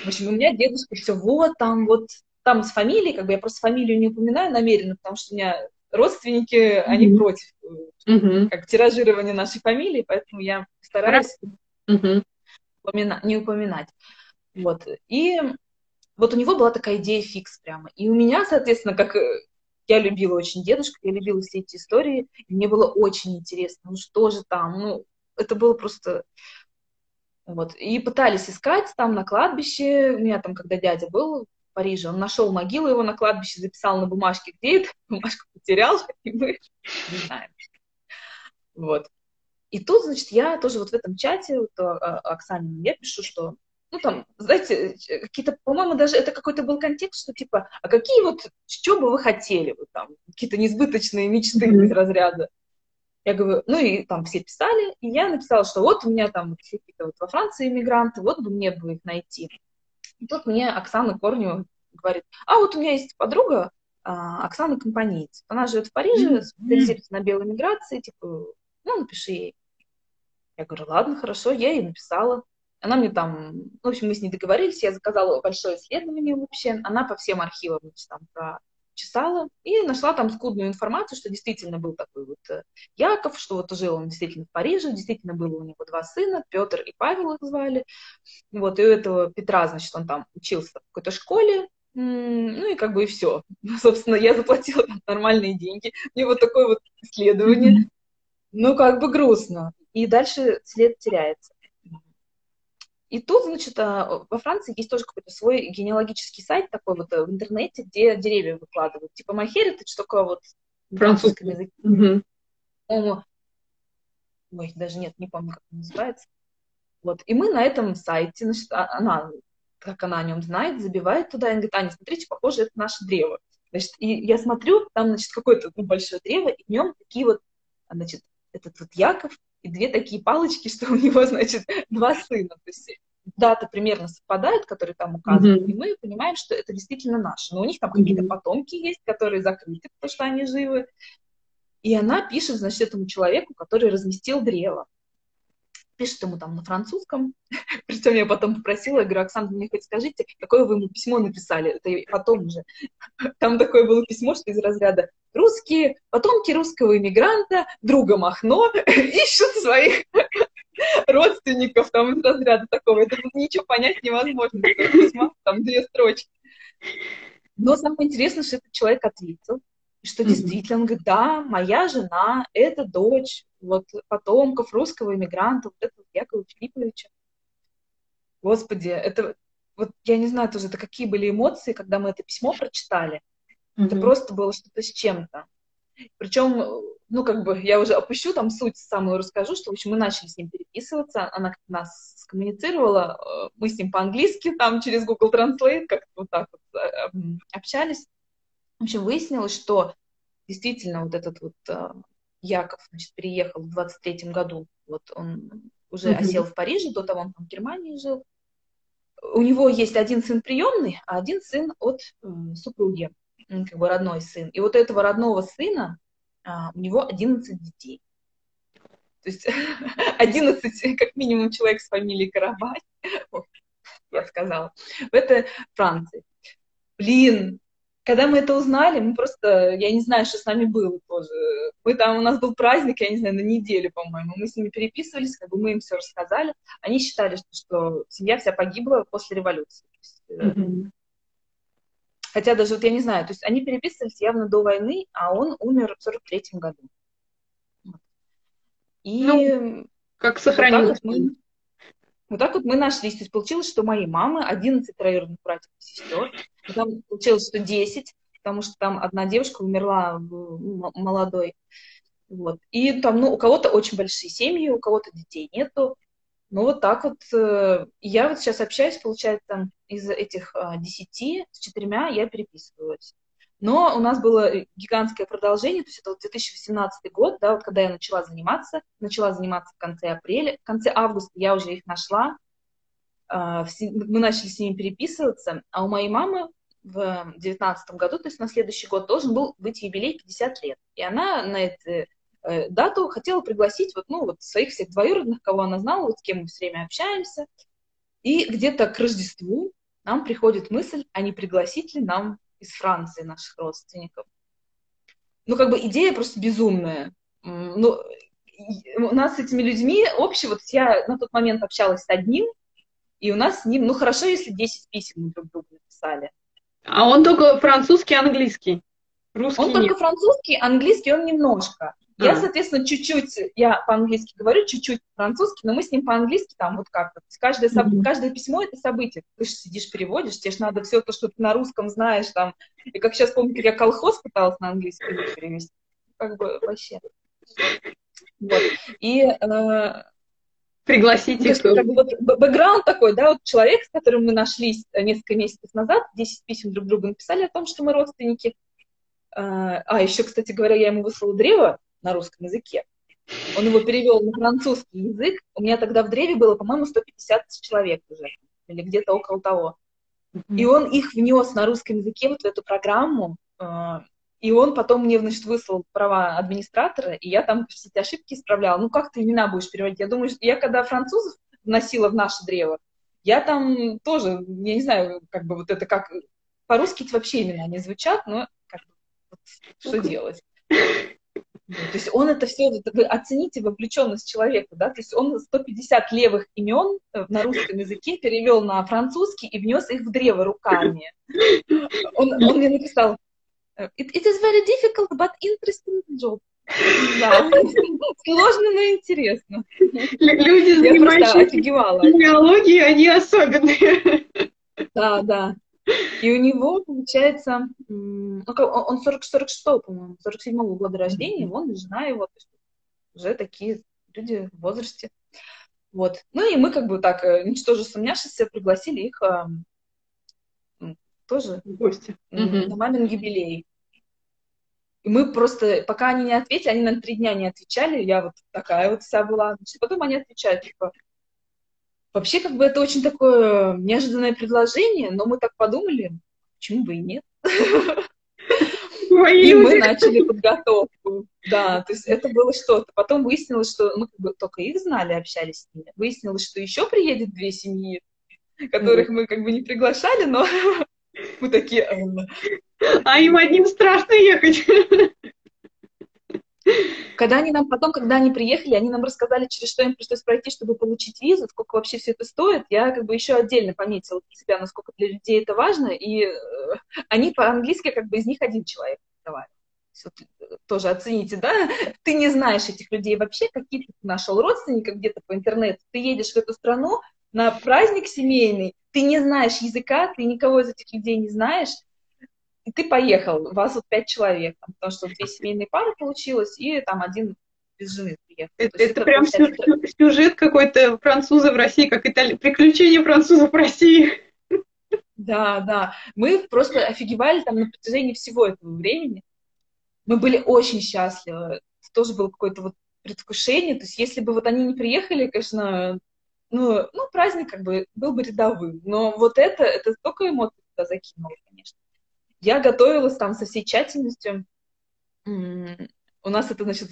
В общем, у меня дедушка все вот там, вот там с фамилией, как бы я просто фамилию не упоминаю намеренно, потому что у меня родственники, они Мгм. против э, Мгм. как тиражирования нашей фамилии, поэтому я Хорошо. стараюсь Мгм. упомина- не упоминать. Вот. И вот у него была такая идея фикс прямо. И у меня, соответственно, как э, я любила очень дедушку, я любила все эти истории, и мне было очень интересно, ну что же там, ну это было просто... Вот. И пытались искать там на кладбище. У меня там, когда дядя был в Париже, он нашел могилу его на кладбище, записал на бумажке, где это, бумажку потерял, и мы не знаем. Вот. И тут, значит, я тоже вот в этом чате, вот, а, а, Оксане, я пишу, что, ну, там, знаете, э, какие-то, по-моему, даже это какой-то был контекст, что, типа, а какие вот, что бы вы хотели, вот там, какие-то несбыточные мечты из Мгм. разряда. Я говорю, ну, и там все писали, и я написала, что вот у меня там какие-то вот во Франции иммигранты, вот бы мне бы их найти. И тут мне Оксана Корнева говорит, а вот у меня есть подруга, а, Оксана Компаниец. Она живет в Париже, Мгм. специализируется на белой миграции, типа, ну, напиши ей. Я говорю, ладно, хорошо, я ей написала. Она мне там, в общем, мы с ней договорились, я заказала большое исследование вообще. Она по всем архивам, значит, там прочесала и нашла там скудную информацию, что действительно был такой вот э, Яков, что вот жил он действительно в Париже, действительно было у него два сына, Петр и Павел их звали. Вот, и у этого Петра, значит, он там учился в какой-то школе, м, ну и как бы и все. Собственно, я заплатила там нормальные деньги. Мне вот такое вот исследование. Мгм. Ну, как бы грустно. И дальше след теряется. И тут, значит, а, во Франции есть тоже какой-то свой генеалогический сайт такой вот э, в интернете, где деревья выкладывают. Типа MyHeritage, только вот на французском Французский. языке. Мгм. По-моему, ой, даже нет, не помню, как он называется. Вот. И мы на этом сайте, значит, а- она, как она о нем знает, забивает туда и говорит, Аня, смотрите, похоже, это наше древо. Значит, и я смотрю, там, значит, какое-то ну, большое древо, и в нем такие вот, значит, этот вот Яков и две такие палочки, что у него, значит, два сына. То есть даты примерно совпадают, которые там указаны, и Мгм. мы понимаем, что это действительно наше. Но у них там какие-то Мгм. потомки есть, которые закрыты, потому что они живы. И она пишет, значит, этому человеку, который разместил древо. Пишет ему там на французском. Причем я потом попросила, я говорю, Оксана, вы мне хоть скажите, какое вы ему письмо написали? Это и потом уже. Там такое было письмо, что из разряда русские, потомки русского иммигранта, друга Махно, ищут своих родственников там из разряда такого. Это ничего понять невозможно из этого письма, там две строчки. Но самое интересное, что этот человек ответил, и что Мгм. действительно, он говорит, да, моя жена, это дочь вот потомков русского иммигранта, вот этого Якова Филипповича. Господи, это вот я не знаю тоже, это какие были эмоции, когда мы это письмо прочитали. Это Мгм. просто было что-то с чем-то. Причем, ну, как бы, я уже опущу там суть самую, расскажу, что, в общем, мы начали с ним переписываться, она как нас скоммуницировала, э, мы с ним по-английски там через Google Translate как-то вот так вот э, м, общались. В общем, выяснилось, что действительно вот этот вот э, Яков, значит, переехал в двадцать третьем году, вот он уже осел Мгм. в Париже, до того он там в Германии жил. У него есть один сын приемный, а один сын от э, супруги, м, как бы родной сын. И вот этого родного сына а, у него одиннадцать детей. То есть одиннадцать как минимум человек с фамилией Карабай, я сказала. Это Франция. Блин, когда мы это узнали, мы просто, я не знаю, что с нами было тоже. Мы там, у нас был праздник, я не знаю, на неделю, по-моему. Мы с ними переписывались, как бы мы им все рассказали. Они считали, что, что семья вся погибла после революции. То есть, э, Мгм. хотя даже вот я не знаю, то есть они переписывались явно до войны, а он умер в сорок третьем году. Ну, И как вот так сохранилось. вот мы, вот так вот мы нашлись. То есть получилось, что моей мамы одиннадцать троюродных братьев и сестер. И там получилось, что десять, потому что там одна девушка умерла в- м- молодой. Вот. И там, ну, у кого-то очень большие семьи, у кого-то детей нету. Ну, вот так вот. э, Я вот сейчас общаюсь, получается, из этих а, десяти с четырьмя я переписывалась. Но у нас было э, гигантское продолжение, то есть это вот две тысячи восемнадцатый год, да, вот когда я начала заниматься, начала заниматься в конце апреля, в конце августа я уже их нашла, а, все- мы начали с ними переписываться, а у моей мамы в девятнадцатом году, то есть на следующий год, должен был быть юбилей пятьдесят лет. И она на эту э, дату хотела пригласить вот, ну, вот своих всех двоюродных, кого она знала, вот с кем мы все время общаемся. И где-то к Рождеству нам приходит мысль, а не пригласить ли нам из Франции наших родственников. Ну, как бы идея просто безумная. Ну, у нас с этими людьми общий, вот я на тот момент общалась с одним, и у нас с ним, ну, хорошо, если десять писем мы друг другу написали. А он только французский, английский? Русский Он нет? только французский, английский он немножко. А. Я, соответственно, чуть-чуть, я по-английски говорю, чуть-чуть по-французски, но мы с ним по-английски там вот как-то. То есть каждое, mm-hmm. каждое письмо — это событие. Ты же сидишь, переводишь, тебе же надо все то, что ты на русском знаешь там. И как сейчас помню, я колхоз пыталась на английский перевести. Как бы вообще. Вот. И... Э, пригласить их. Как, как бы вот бэкграунд такой, да, вот человек, с которым мы нашлись несколько месяцев назад, десять писем друг другу написали о том, что мы родственники. А, еще, кстати говоря, я ему выслала древо на русском языке. Он его перевел на французский язык. У меня тогда в древе было, по-моему, сто пятьдесят человек уже, или где-то около того. Mm-hmm. И он их внес на русском языке вот в эту программу. И он потом мне, значит, выслал права администратора, и я там все эти ошибки исправляла. Ну, как ты имена будешь переводить? Я думаю, что я когда французов вносила в наше древо, я там тоже, я не знаю, как бы вот это как... По-русски вообще имена не звучат, но как бы, вот, что делать? То есть он это все, вы оцените вовлеченность человека, да, то есть он сто пятьдесят левых имен на русском языке перевел на французский и внес их в древо руками. Он, он мне написал: It, it is very difficult, but interesting job. Да. Сложно, но интересно. Люди, занимающиеся генеалогией, они особенные. Да, да. И у него, получается, ну, он сорок шестого, по-моему, сорок седьмого года рождения, он и жена его, то есть уже такие люди в возрасте. Вот. Ну и мы как бы так, ничтоже сумняшись, пригласили их тоже в гости на мамин юбилей. И мы просто, пока они не ответили, они нам три дня не отвечали, я вот такая вот вся была. Значит, потом они отвечают, типа, вообще, как бы это очень такое неожиданное предложение, но мы так подумали, почему бы и нет. И мы начали подготовку. Да, то есть это было что-то. Потом выяснилось, что мы как бы только их знали, общались с ними. Выяснилось, что еще приедет две семьи, которых мы как бы не приглашали, но мы такие... А им одним страшно ехать. Когда они нам потом, когда они приехали, они нам рассказали, через что им пришлось пройти, чтобы получить визу, сколько вообще все это стоит. Я как бы еще отдельно пометила для себя, насколько для людей это важно. И э, они по-английски, как бы из них один человек разговаривал. Вот, тоже оцените, да? Ты не знаешь этих людей вообще, какие ты нашел родственников где-то по интернету. Ты едешь в эту страну на праздник семейный, ты не знаешь языка, ты никого из этих людей не знаешь. И ты поехал, у вас вот пять человек, там, потому что две семейные пары получилось, и там один без жены приехал. Это, это, это прям получается... сюжет какой-то француза в России, как итали... приключения французов в России. Да, да. Мы просто офигевали там на протяжении всего этого времени. Мы были очень счастливы. Это тоже было какое-то вот предвкушение. То есть если бы вот они не приехали, конечно, ну, ну праздник как бы был бы рядовым. Но вот это, это столько эмоций туда закинуло, конечно. Я готовилась там со всей тщательностью. У нас это, значит,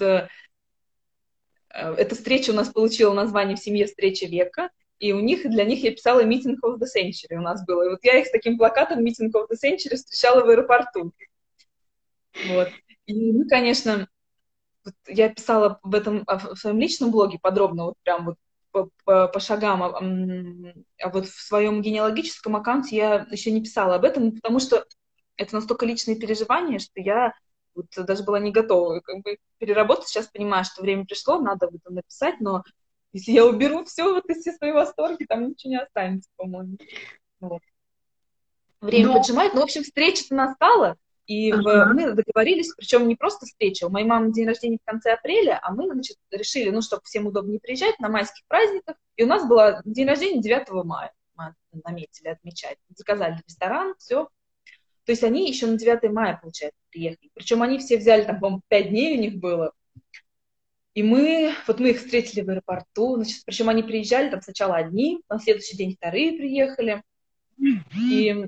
эта встреча у нас получила название «В семье встреча века», и у них, для них я писала «Meeting of the Century» у нас было. И вот я их с таким плакатом «Meeting of the Century» встречала в аэропорту. Вот. И мы, конечно, вот я писала об этом в своем личном блоге подробно, вот прям вот по, по, по шагам, а, а вот в своем генеалогическом аккаунте я еще не писала об этом, потому что это настолько личные переживания, что я вот даже была не готова как бы переработать. Сейчас понимаю, что время пришло, надо об этом написать, но если я уберу все, вот все свои восторги, там ничего не останется, по-моему. Вот. Время но... поджимает. Ну, в общем, встреча-то настала, и uh-huh. в... мы договорились, причем не просто встреча. У моей мамы день рождения в конце апреля, а мы, значит, решили, ну, чтобы всем удобнее приезжать на майских праздниках. И у нас был день рождения девятого мая. Мы наметили отмечать. Заказали ресторан, все. То есть они еще на девятое мая, получается, приехали. Причем они все взяли, там, по-моему, пять дней у них было. И мы, вот мы их встретили в аэропорту. Значит, причем они приезжали там сначала одни, на следующий день вторые приехали. И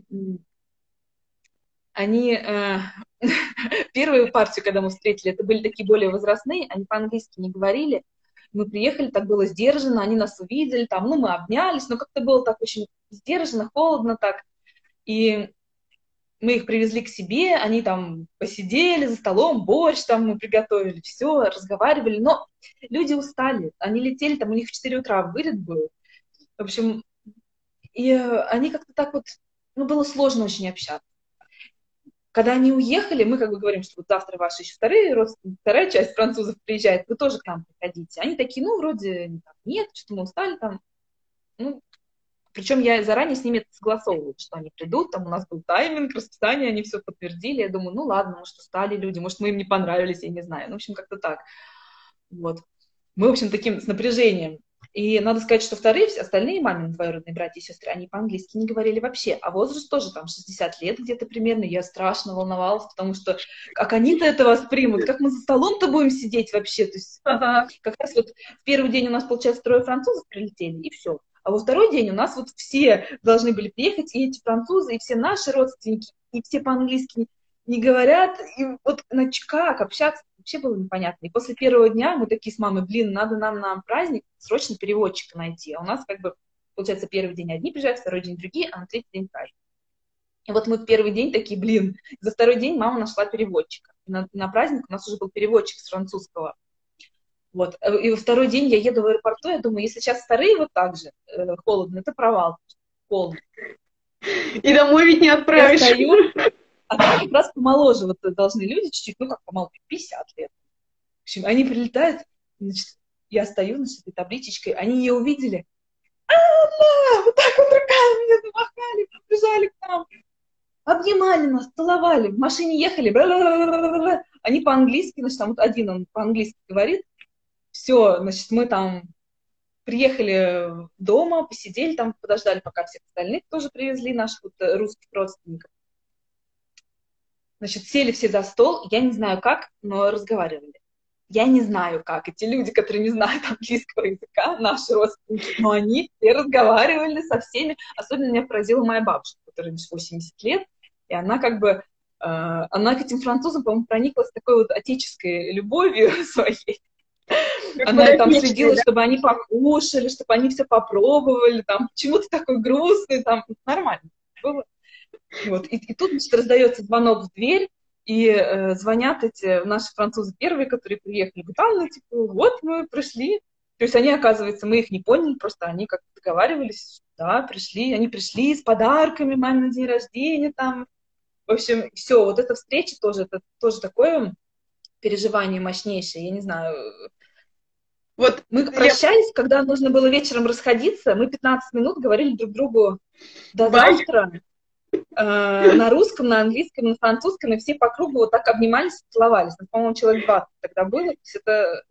они... Э, первую партию, когда мы встретили, это были такие более возрастные, они по-английски не говорили. Мы приехали, так было сдержанно, они нас увидели, там, ну, мы обнялись, но как-то было так очень сдержанно, холодно так. И мы их привезли к себе, они там посидели за столом, борщ там мы приготовили, все, разговаривали. Но люди устали, они летели, там у них в четыре утра вылет был. В общем, и они как-то так вот, ну, было сложно очень общаться. Когда они уехали, мы как бы говорим, что вот завтра ваши еще вторые родственники, вторая часть французов приезжает, вы тоже к нам приходите. Они такие, ну, вроде нет, что-то мы устали там. Ну, причем я заранее с ними это согласовывала, что они придут, там у нас был тайминг, расписание, они все подтвердили. Я думаю, ну ладно, может, устали люди, может, мы им не понравились, я не знаю. Ну, в общем, как-то так. Вот. Мы, в общем, таким с напряжением. И надо сказать, что вторые, все остальные мамины двоюродные братья и сестры, они по-английски не говорили вообще. А возраст тоже там шестьдесят лет где-то примерно. Я страшно волновалась, потому что как они-то это воспримут, как мы за столом-то будем сидеть вообще. То есть ага. Как раз вот в первый день у нас, получается, трое французов прилетели, и все. А во второй день у нас вот все должны были приехать, и эти французы, и все наши родственники, и все по-английски не говорят. И вот значит, как общаться вообще было непонятно. И после первого дня мы такие с мамой, блин, надо нам на праздник срочно переводчика найти. А у нас как бы, получается, первый день одни приезжают, второй день другие, а на третий день праздник. И вот мы в первый день такие, блин, за второй день мама нашла переводчика. И на, на праздник у нас уже был переводчик с французского. Вот. И во второй день я еду в аэропорту, я думаю, если сейчас вторые вот так же э, холодно, это провал. Холодно. И домой ведь не отправишь. Я стою, а там как раз помоложе вот должны люди чуть-чуть, ну как помоложе, пятьдесят лет. В общем, они прилетают, значит, я стою, значит, этой табличечкой, они ее увидели. А-а-а! Вот так вот руками меня замахали, побежали к нам. Обнимали нас, целовали, в машине ехали. Бла-бла-бла-бла-бла. Они по-английски, значит, там вот один он по-английски говорит. Все, значит, мы там приехали дома, посидели там, подождали, пока всех остальных тоже привезли, наших вот русских родственников. Значит, сели все за стол, я не знаю как, но разговаривали. Я не знаю как. Эти люди, которые не знают английского языка, наши родственники, но они все разговаривали со всеми. Особенно меня поразила моя бабушка, которой восемьдесят лет, и она как бы, э, она к этим французам, по-моему, прониклась такой вот отеческой любовью своей. Она там следила, чтобы они покушали, чтобы они все попробовали, там, почему ты такой грустный, там, нормально было. Вот. И, и тут, значит, раздается звонок в дверь, и э, звонят эти наши французы первые, которые приехали, говорят, а, ну, типа, вот мы пришли. То есть они, оказывается, мы их не поняли, просто они как-то договаривались, да, пришли, они пришли с подарками маме на день рождения, там, в общем, все, вот эта встреча тоже, это тоже такое переживание мощнейшее, я не знаю. Вот мы прощались, я... когда нужно было вечером расходиться, мы пятнадцать минут говорили друг другу до завтра э, на русском, на английском, на французском, и все по кругу вот так обнимались, целовались. Ну, по-моему, человек двадцать тогда было. То есть это...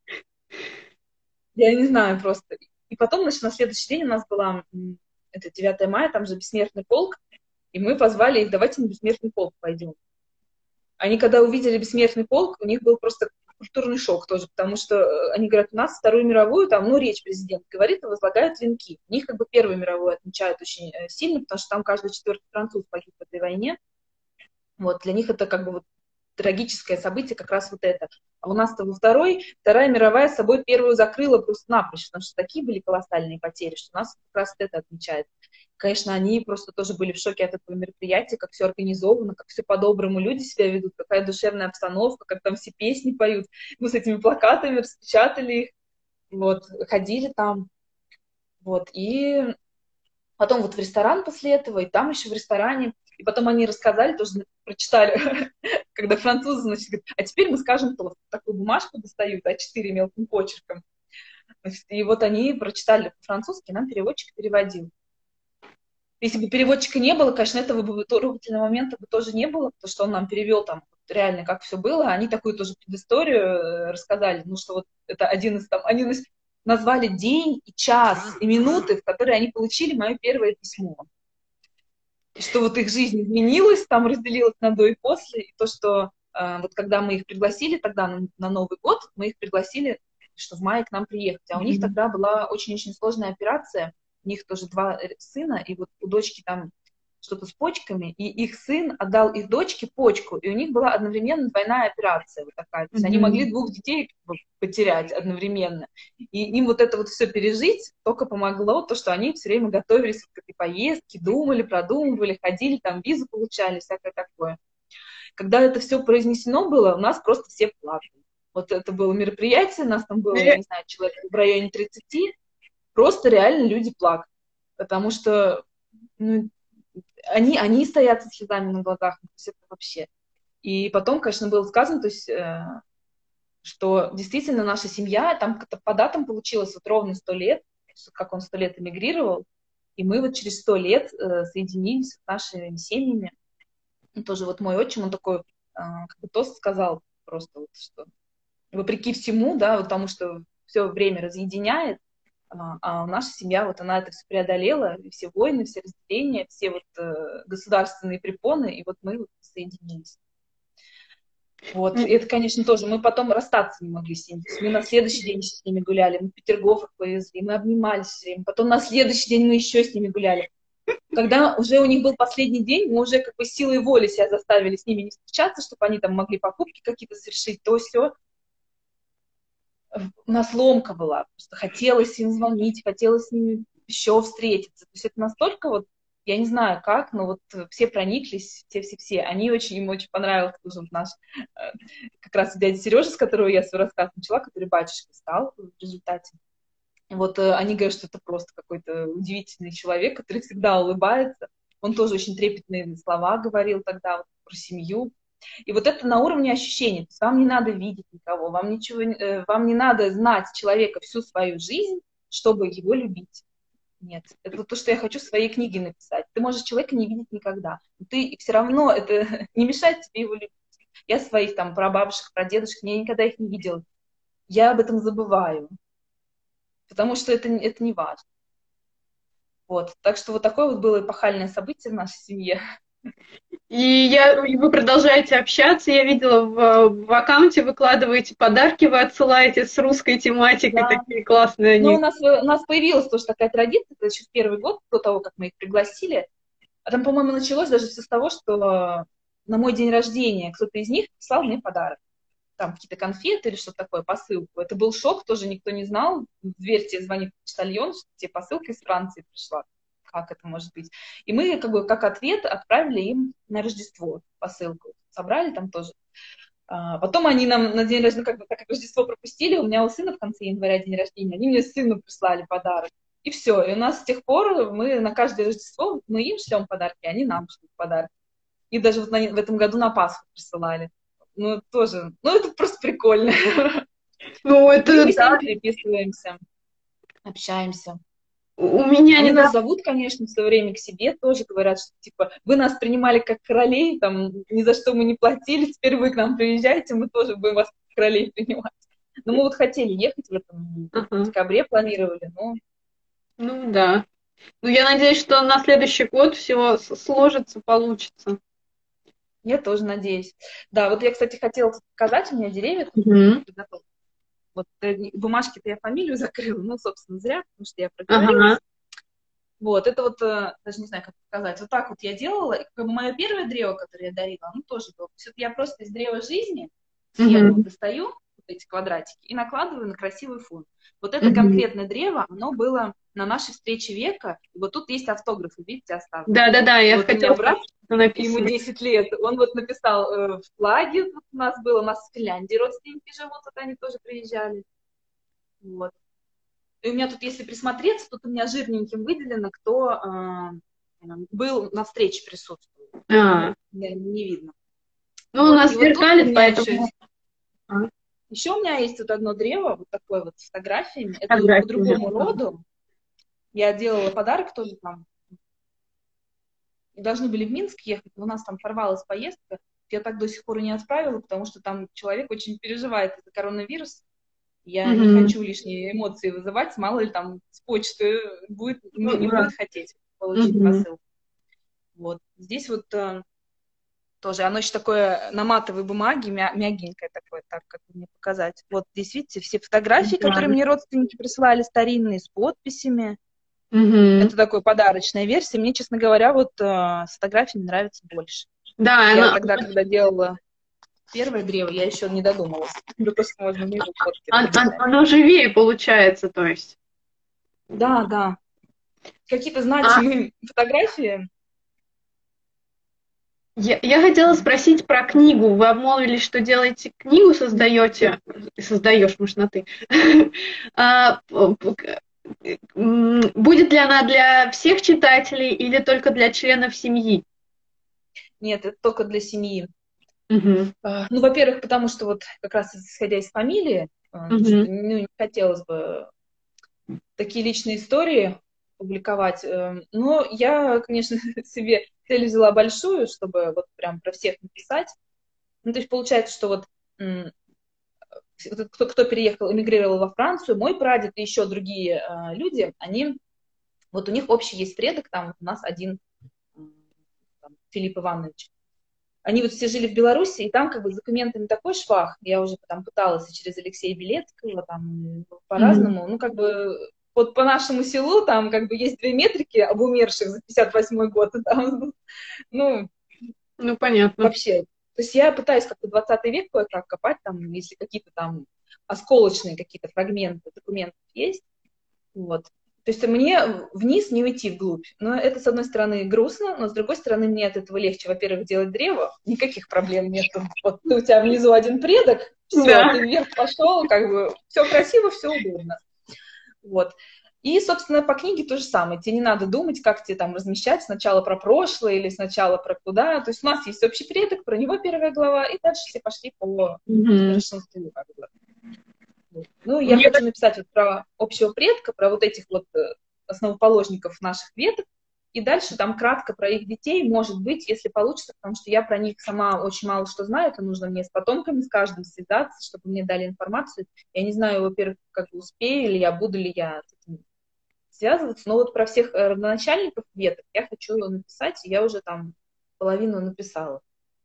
Я не знаю просто. И потом, значит, на следующий день у нас была, это девятое мая, там же бессмертный полк, и мы позвали их, давайте на бессмертный полк пойдем. Они, когда увидели бессмертный полк, у них был просто культурный шок тоже, потому что они говорят, у нас Вторую мировую, там, ну, речь президент говорит, и возлагают венки. У них как бы Первую мировую отмечают очень сильно, потому что там каждый четвертый француз погиб в этой войне. Вот, для них это как бы вот трагическое событие, как раз вот это. А у нас-то во Второй, Вторая мировая с собой Первую закрыла просто напрочь, потому что такие были колоссальные потери, что у нас как раз это отмечает. Конечно, они просто тоже были в шоке от этого мероприятия, как все организовано, как все по-доброму люди себя ведут, какая душевная обстановка, как там все песни поют. Мы с этими плакатами распечатали их, вот, ходили там, вот, и потом вот в ресторан после этого, и там еще в ресторане, и потом они рассказали, тоже прочитали, когда французы, значит, говорят, а теперь мы скажем тост. Такую бумажку достают, а четыре мелким почерком. Значит, и вот они прочитали по-французски, нам переводчик переводил. Если бы переводчика не было, конечно, этого бы трогательного момента бы тоже не было, потому что он нам перевел там реально, как все было. Они такую тоже предысторию рассказали, ну, что вот это один из там, они назвали день и час, и минуты, в которые они получили мое первое письмо. И что вот их жизнь изменилась, там разделилась на до и после, и то, что э, вот когда мы их пригласили тогда на, на Новый год, мы их пригласили, что в мае к нам приехать, а у mm-hmm. них тогда была очень-очень сложная операция, у них тоже два сына, и вот у дочки там что-то с почками, и их сын отдал их дочке почку, и у них была одновременно двойная операция вот такая. То есть Мгм. они могли двух детей как бы потерять одновременно. И им вот это вот все пережить только помогло то, что они все время готовились к этой поездке, думали, продумывали, ходили, там визу получали, всякое такое. Когда это все произнесено было, у нас просто все плакали. Вот это было мероприятие, нас там было, я не знаю, человек в районе тридцати, просто реально люди плакали. Потому что ну, они, они стоят со слезами на глазах, то есть это вообще. И потом, конечно, было сказано, то есть, э, что действительно наша семья, там как-то по датам получилось вот ровно сто лет, как он сто лет эмигрировал, и мы вот через сто лет э, соединились с нашими семьями. И тоже вот мой отчим, он такой, э, как бы тост сказал просто, вот, что вопреки всему, да, вот потому что все время разъединяет, а, а наша семья, вот она это все преодолела, и все войны, все разделения, все вот э, государственные препоны, и вот мы вот соединились. Вот, и это, конечно, тоже, мы потом расстаться не могли с ними. То есть мы на следующий день еще с ними гуляли, мы в Петергоф их повезли, мы обнимались все время, потом на следующий день мы еще с ними гуляли. Когда уже у них был последний день, мы уже как бы силой воли себя заставили с ними не встречаться, чтобы они там могли покупки какие-то совершить, то все. У нас ломка была, просто хотелось им звонить, хотелось с ними еще встретиться. То есть это настолько вот, я не знаю как, но вот все прониклись, все-все-все. Они очень, им очень понравился тоже наш, как раз дядя Сережа, с которого я свой рассказ начала, который батюшкой стал в результате. Вот они говорят, что это просто какой-то удивительный человек, который всегда улыбается. Он тоже очень трепетные слова говорил тогда вот, про семью. И вот это на уровне ощущений. То есть вам не надо видеть никого, вам, ничего, вам не надо знать человека всю свою жизнь, чтобы его любить. Нет, это вот то, что я хочу в своей книге написать. Ты можешь человека не видеть никогда, но ты все равно, это не мешает тебе его любить. Я своих там прабабушек, прадедушек, я никогда их не видела. Я об этом забываю, потому что это, это не важно. Вот. Так что вот такое вот было эпохальное событие в нашей семье. И я, и вы продолжаете общаться. Я видела в, в аккаунте, выкладываете подарки, вы отсылаете с русской тематикой, Да. такие классные они. Ну, у нас, у нас появилась тоже такая традиция, это еще в первый год, до того, как мы их пригласили. А там, по-моему, началось даже все с того, что на мой день рождения кто-то из них прислал мне подарок. Там какие-то конфеты или что-то такое, посылку. Это был шок, тоже никто не знал. В дверь тебе звонит почтальон, что тебе посылка из Франции пришла. Как это может быть? И мы, как бы, как ответ отправили им на Рождество посылку. Собрали там тоже. А потом они нам на день рождения, ну, как бы, так как Рождество пропустили, у меня у сына в конце января день рождения, они мне сыну прислали подарок. И все. И у нас с тех пор мы на каждое Рождество, мы им шлем подарки, они нам шлют подарки. И даже вот на, в этом году на Пасху присылали. Ну, тоже, ну, это просто прикольно. Ну, это, и мы да. с ними переписываемся, общаемся. У меня Они не нас зовут, конечно, все время к себе, тоже говорят, что, типа, вы нас принимали как королей, там, ни за что мы не платили, теперь вы к нам приезжаете, мы тоже будем вас как королей принимать. Но мы вот хотели ехать в этом uh-huh. декабре, планировали, но... Ну, да. Ну, я надеюсь, что на следующий год все сложится, получится. Я тоже надеюсь. Да, вот я, кстати, хотела показать, у меня деревья. Uh-huh. Вот бумажки-то я фамилию закрыла, ну, собственно, зря, потому что я проговорилась. Uh-huh. Вот, это вот, даже не знаю, как сказать, вот так вот я делала. И как бы мое первое древо, которое я дарила, оно тоже было. То есть я просто из древа жизни схему uh-huh. достаю, вот эти квадратики, и накладываю на красивый фон. Вот это uh-huh. конкретное древо, оно было на нашей встрече века. И вот тут есть автографы, видите, оставлены. Да-да-да, я вот хотела брат, ему десять лет, он вот написал э, в флаге, вот у нас было, у нас в Финляндии родственники живут, вот они тоже приезжали. Вот. И у меня тут, если присмотреться, тут у меня жирненьким выделено, кто э, был на встрече присутствовал. А. Не, не видно. Ну, вот. У нас зеркалит, вот поэтому... Еще, а. еще у меня есть вот одно древо, вот такое вот с фотографиями. Это по другому роду. Я делала подарок тоже там. И должны были в Минск ехать, но у нас там порвалась поездка. Я так до сих пор и не отправила, потому что там человек очень переживает из-за коронавируса. Я mm-hmm. не хочу лишние эмоции вызывать, мало ли там с почты будет, не, не будет хотеть получить mm-hmm. посылку. Вот. Здесь вот э, тоже, оно еще такое на матовой бумаге, мя- мягенькое такое, так как мне показать. Вот здесь, видите, все фотографии, mm-hmm. которые мне родственники присылали, старинные, с подписями. Мгм. Это такой подарочная версия. Мне, честно говоря, вот э, с фотографиями нравится больше. Да, Я она, тогда, когда делала первое древо, я еще не додумалась до того, что можно миру фотки он- он- размещать. оно живее получается, то есть. Да, да. Какие-то А значимые фотографии. я, я хотела спросить про книгу. Вы обмолвились, что делаете книгу, создаете, создаешь, может, на ты. А, п- п- м, Будет ли она для всех читателей или только для членов семьи? Нет, это только для семьи. Мгм. А, Ну, во-первых, потому что вот как раз исходя из фамилии, а, то, что Мгм. ну, не хотелось бы такие личные истории публиковать. э, Но я, конечно, себе цель взяла большую, чтобы вот прям про всех написать. Ну, то есть получается, что вот м, вот кто, кто переехал, эмигрировал во Францию, мой прадед и еще другие а, люди, они, вот у них общий есть предок, там у нас один м, там, Филипп Иванович. Они вот все жили в Беларуси, и там как бы с документами такой швах. Я уже там пыталась и через Алексея Белецкого, там Мгм. по-разному. Ну, как бы вот по нашему селу там как бы есть две метрики об умерших за пятьдесят восьмой год. И там, ну, Ну, понятно. вообще. То есть я пытаюсь как-то двадцатый век кое-как копать, там, если какие-то там осколочные какие-то фрагменты документов есть. Вот. То есть мне вниз не уйти вглубь. Но это, с одной стороны, грустно, но с другой стороны, мне от этого легче, во-первых, делать древо. Никаких проблем нет. Вот ты, у тебя внизу один предок, все, Да. ты вверх пошел, как бы все красиво, все удобно. Вот. И, собственно, по книге то же самое. Тебе не надо думать, как тебе там размещать сначала про прошлое или сначала про куда. То есть у нас есть общий предок, про него первая глава, и дальше все пошли по Мгм. старшинству. Как бы. Вот. Ну, я Мне хочу написать вот про общего предка, про вот этих вот э, основоположников наших веток, и дальше там кратко про их детей, может быть, если получится, потому что я про них сама очень мало что знаю, это нужно мне с потомками, с каждым связаться, чтобы мне дали информацию. Я не знаю, во-первых, как бы успею ли я, буду ли я с этим связываться, но вот про всех э, родоначальников веток я хочу написать, и я уже там половину написала.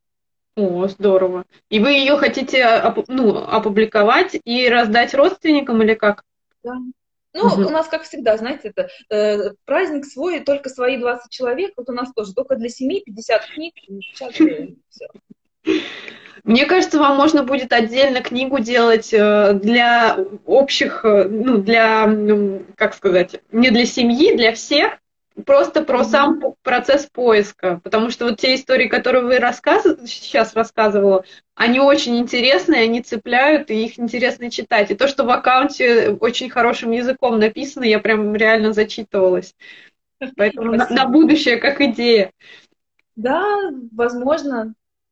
О, здорово. И вы ее хотите опу- ну, опубликовать и раздать родственникам или как? Да. Ну, у Мгм. нас, как всегда, знаете, это э, праздник свой, только свои двадцать человек. Вот у нас тоже только для семьи пятьдесят книг, напечатали, все. Мне кажется, вам можно будет отдельно книгу делать э, для общих, э, ну, для, м, как сказать, не для семьи, для всех, просто про Мгм. сам п- процесс поиска. Потому что вот те истории, которые вы рассказ... сейчас рассказывала, они очень интересные, они цепляют, и их интересно читать. И то, что в аккаунте очень хорошим языком написано, я прям реально зачитывалась. Поэтому на, на Спасибо. будущее как идея. Да, возможно.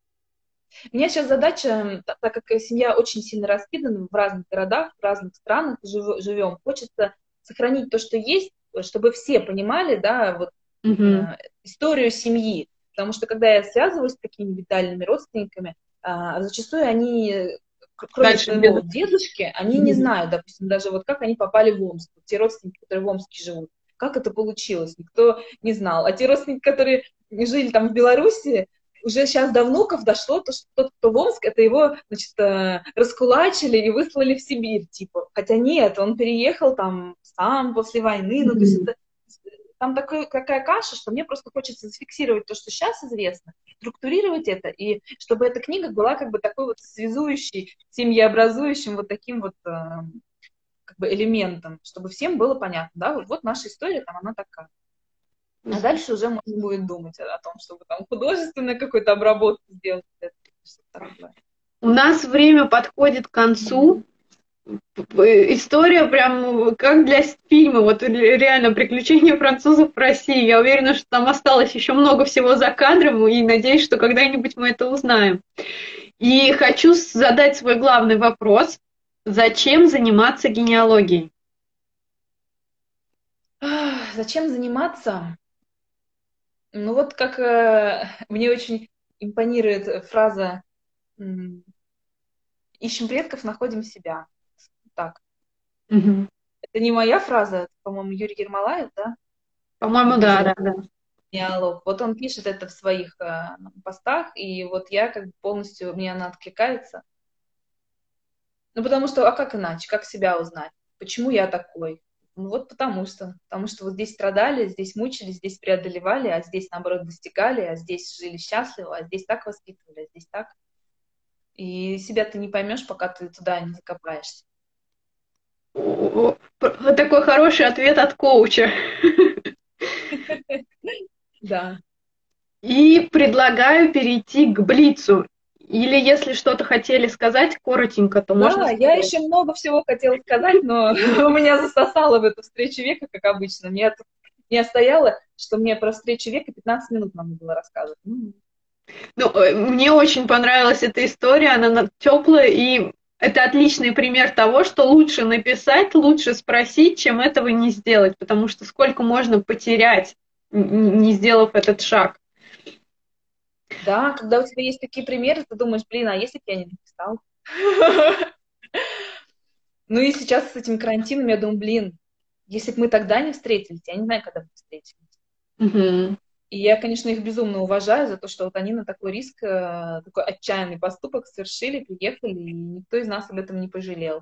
У меня сейчас задача, м, та- так как семья очень сильно раскидана в разных городах, в разных странах жив- живем, хочется сохранить то, что есть, чтобы все понимали, да, вот Мгм. э, историю семьи. Потому что когда я связываюсь с какими-нибудь дальними родственниками, а, зачастую они, э, к- кроме Дальше без... своего вот дедушки, они не Мгм. знают, допустим, даже вот как они попали в Омск, вот те родственники, которые в Омске живут. Как это получилось, никто не знал. А те родственники, которые жили там в Беларуси, уже сейчас до внуков дошло, то, что тот, кто в Омск, это его, значит, э, раскулачили и выслали в Сибирь, типа. Хотя нет, он переехал там сам после войны, ну, то есть Мгм. это там такой, такая каша, что мне просто хочется зафиксировать то, что сейчас известно, структурировать это, и чтобы эта книга была как бы такой вот связующей, семьеобразующим вот таким вот э, как бы элементом, чтобы всем было понятно, да, вот, вот наша история, там она такая. А дальше уже можно будет думать о, о том, чтобы там художественную какую-то обработку сделать, это что-то такое. У нас время подходит к концу. История прям как для фильма, вот реально «Приключения французов в России». Я уверена, что там осталось еще много всего за кадром, и надеюсь, что когда-нибудь мы это узнаем. И хочу задать свой главный вопрос. Зачем заниматься генеалогией? Ах, зачем заниматься? Ну вот как э, мне очень импонирует фраза м, «ищем предков, находим себя». Так, Мгм. это не моя фраза, это, по-моему, Юрий Ермолаев, да, По-моему, да, да, написал да. диалог. Вот он пишет это в своих э, постах, и вот я как бы полностью, мне она откликается. Ну потому что, а как иначе, как себя узнать? Почему я такой? Ну вот потому что. Потому что вот здесь страдали, здесь мучились, здесь преодолевали, а здесь, наоборот, достигали, а здесь жили счастливо, а здесь так воспитывали, а здесь так. И себя ты не поймешь, пока ты туда не закопаешься. О, такой хороший ответ от коуча. Да. И предлагаю перейти к блицу. Или если что-то хотели сказать коротенько, то можно Да, я сказать. еще много всего хотела сказать, но у меня засосало в эту встречу века, как обычно. Мне тут не стояло, что мне про встречу века пятнадцать минут надо было рассказывать. Ну, Ну, э, мне очень понравилась эта история, она теплая, и это отличный пример того, что лучше написать, лучше спросить, чем этого не сделать, потому что сколько можно потерять, не сделав этот шаг. да, когда у тебя есть такие примеры, ты думаешь, блин, а если бы я не написал? Ну и сейчас с этим карантином я думаю, блин, если бы мы тогда не встретились, я не знаю, когда бы встретились. Угу. И я, конечно, их безумно уважаю за то, что вот они на такой риск, э, такой отчаянный поступок совершили, приехали, и никто из нас об этом не пожалел.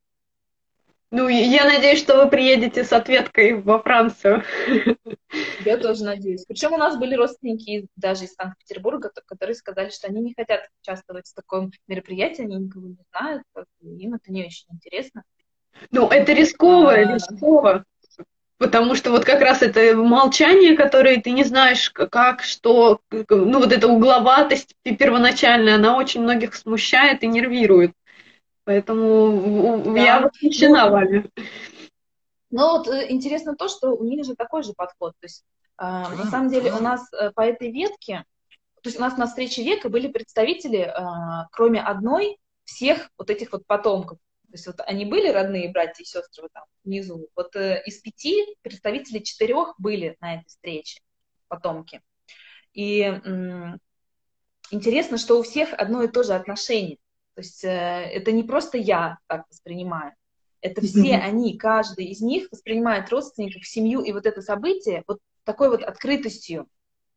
Ну, я надеюсь, что вы приедете с ответкой во Францию. Я тоже надеюсь. Причем у нас были родственники даже из Санкт-Петербурга, которые сказали, что они не хотят участвовать в таком мероприятии, они никого не знают, им это не очень интересно. Ну, это рисково, А, рисково. Потому что вот как раз это молчание, которое ты не знаешь, как, что, ну вот эта угловатость первоначальная, она очень многих смущает и нервирует. Поэтому я да, восхищена ну, вами. но вот э, интересно то, что у них же такой же подход. То есть, э, на самом деле, у нас э, по этой ветке, то есть у нас на встрече века были представители, э, кроме одной, всех вот этих вот потомков. То есть вот они были родные братья и сестры вот там внизу. Вот э, из пяти представителей четырех были на этой встрече, потомки. И м, интересно, что у всех одно и то же отношение. То есть э, это не просто я так воспринимаю. Это все они, каждый из них воспринимает родственников, семью и вот это событие вот такой вот открытостью.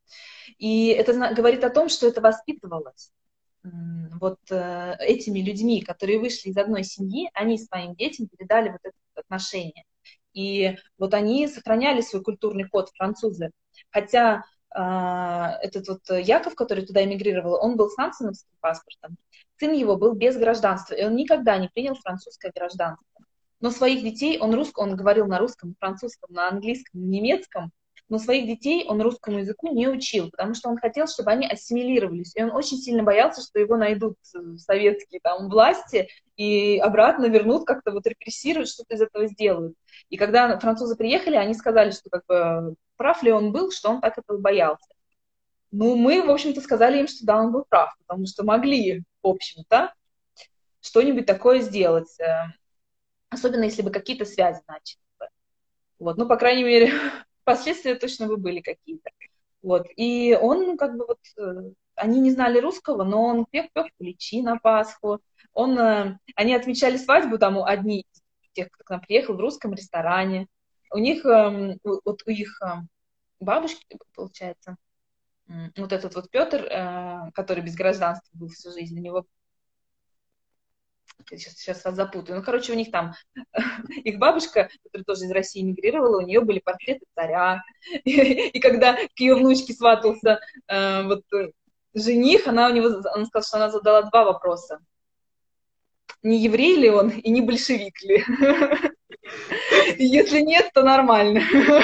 И это говорит о том, что это воспитывалось вот э, этими людьми, которые вышли из одной семьи, они своим детям передали вот это отношение. И вот они сохраняли свой культурный код, французы. Хотя э, этот вот Яков, который туда эмигрировал, он был с нансеновским паспортом. Сын его был без гражданства, и он никогда не принял французское гражданство. Но своих детей, он, русск, он говорил на русском, французском, на английском, на немецком, но своих детей он русскому языку не учил, потому что он хотел, чтобы они ассимилировались. И он очень сильно боялся, что его найдут советские там власти и обратно вернут, как-то вот репрессируют, что-то из этого сделают. И когда французы приехали, они сказали, что как бы прав ли он был, что он так этого боялся. Ну, мы, в общем-то, сказали им, что да, он был прав, потому что могли, в общем-то, что-нибудь такое сделать. Особенно, если бы какие-то связи начали. Вот, ну, по крайней мере, последствия точно бы были какие-то. Вот, и он как бы вот, э, они не знали русского, но он пек, пек куличи на Пасху. Он, э, они отмечали свадьбу, там, одни из тех, кто к нам приехал, в русском ресторане. У них, э, вот у их э, бабушки, получается, э, вот этот вот Петр, э, который без гражданства был всю жизнь, у него Сейчас, сейчас вас запутаю. Ну, короче, у них там, их бабушка, которая тоже из России эмигрировала, у нее были портреты царя. И, и когда к ее внучке сватался э, вот, жених, она у него, она сказала, что она задала два вопроса. Не еврей ли он и не большевик ли? Если нет, то нормально.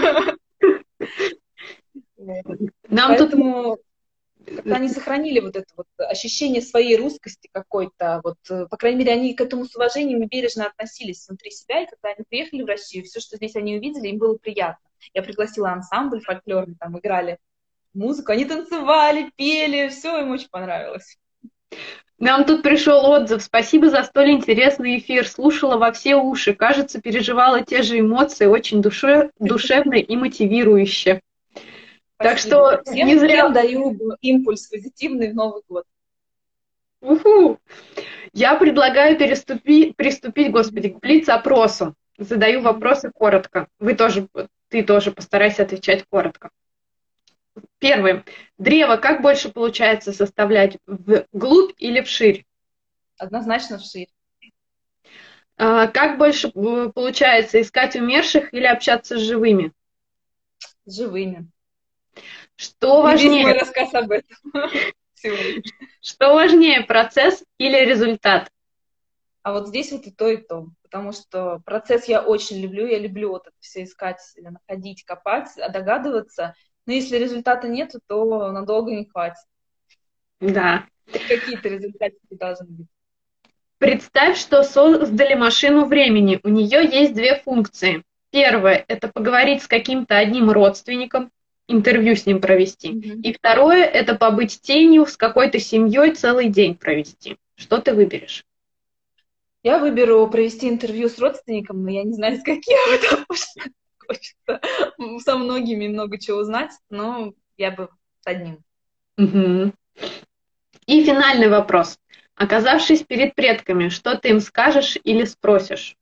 Нам Поэтому... Как-то они сохранили вот это вот ощущение своей русскости какой-то, вот, по крайней мере, они к этому с уважением и бережно относились внутри себя, и когда они приехали в Россию, все, что здесь они увидели, им было приятно. Я пригласила ансамбль фольклорный, там играли музыку, они танцевали, пели, все им очень понравилось. Нам тут пришел отзыв. Спасибо за столь интересный эфир. Слушала во все уши. Кажется, переживала те же эмоции. Очень душе, душевно и мотивирующе. Так что всем, не зря... всем даю импульс позитивный в Новый год. Уху. Я предлагаю переступи, приступить, господи, к блиц-опросу. Задаю вопросы коротко. Вы тоже, ты тоже постарайся отвечать коротко. Первый. Древо как больше получается составлять, вглубь или вширь? Однозначно вширь. А, как больше э, получается, искать умерших или общаться с живыми? С живыми. Что И весь мой важнее? рассказ об этом сегодня. Что важнее, процесс или результат? А вот здесь вот и то, и то. Потому что процесс я очень люблю. Я люблю вот это все искать, находить, копать, а догадываться. Но если результата нет, то надолго не хватит. Да. Хоть какие-то результаты должны быть. Представь, что создали машину времени. У нее есть две функции. Первое– это поговорить с каким-то одним родственником, интервью с ним провести. Мгм. И второе– это побыть тенью с какой-то семьей целый день провести. Что ты выберешь? Я выберу провести интервью с родственником, но я не знаю, с каким, потому что хочется со многими много чего узнать, но я бы с одним. Мгм. И финальный вопрос. Оказавшись перед предками, что ты им скажешь или спросишь?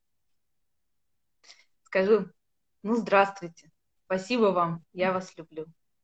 Скажу, ну, здравствуйте, спасибо вам, я вас люблю.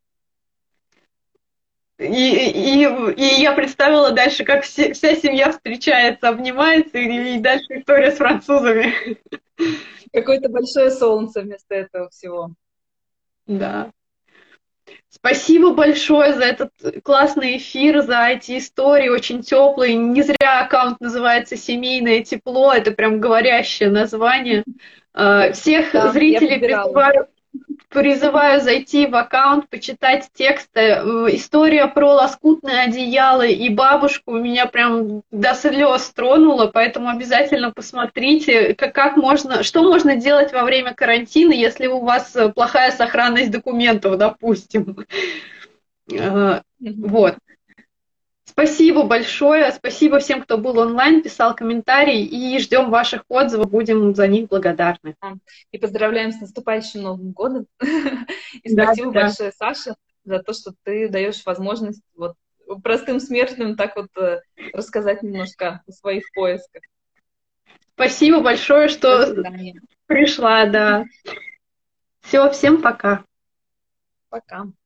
И, и, и я представила дальше, как все, вся семья встречается, обнимается, и, и дальше история с французами. Какое-то большое солнце вместо этого всего. Да. Спасибо большое за этот классный эфир, за эти истории, очень теплые. Не зря аккаунт называется «Семейное тепло», это прям говорящее название. Э, Всех Да, я зрителей подбирала. призываю Призываю зайти в аккаунт, почитать тексты. Э, История про лоскутное одеяло и бабушку меня прям до слез тронула, поэтому обязательно посмотрите, как, как можно, что можно делать во время карантина, если у вас э, плохая сохранность документов, допустим. Э, Мгм. Вот. Спасибо большое, спасибо всем, кто был онлайн, писал комментарии, и ждем ваших отзывов, будем за них благодарны. Да. И поздравляем с наступающим Новым годом. И Да, спасибо да. большое, Саша, за то, что ты даешь возможность вот простым смертным так вот э, рассказать немножко о своих поисках. Спасибо большое, До что свидания. пришла, да. Все, всем пока. Пока.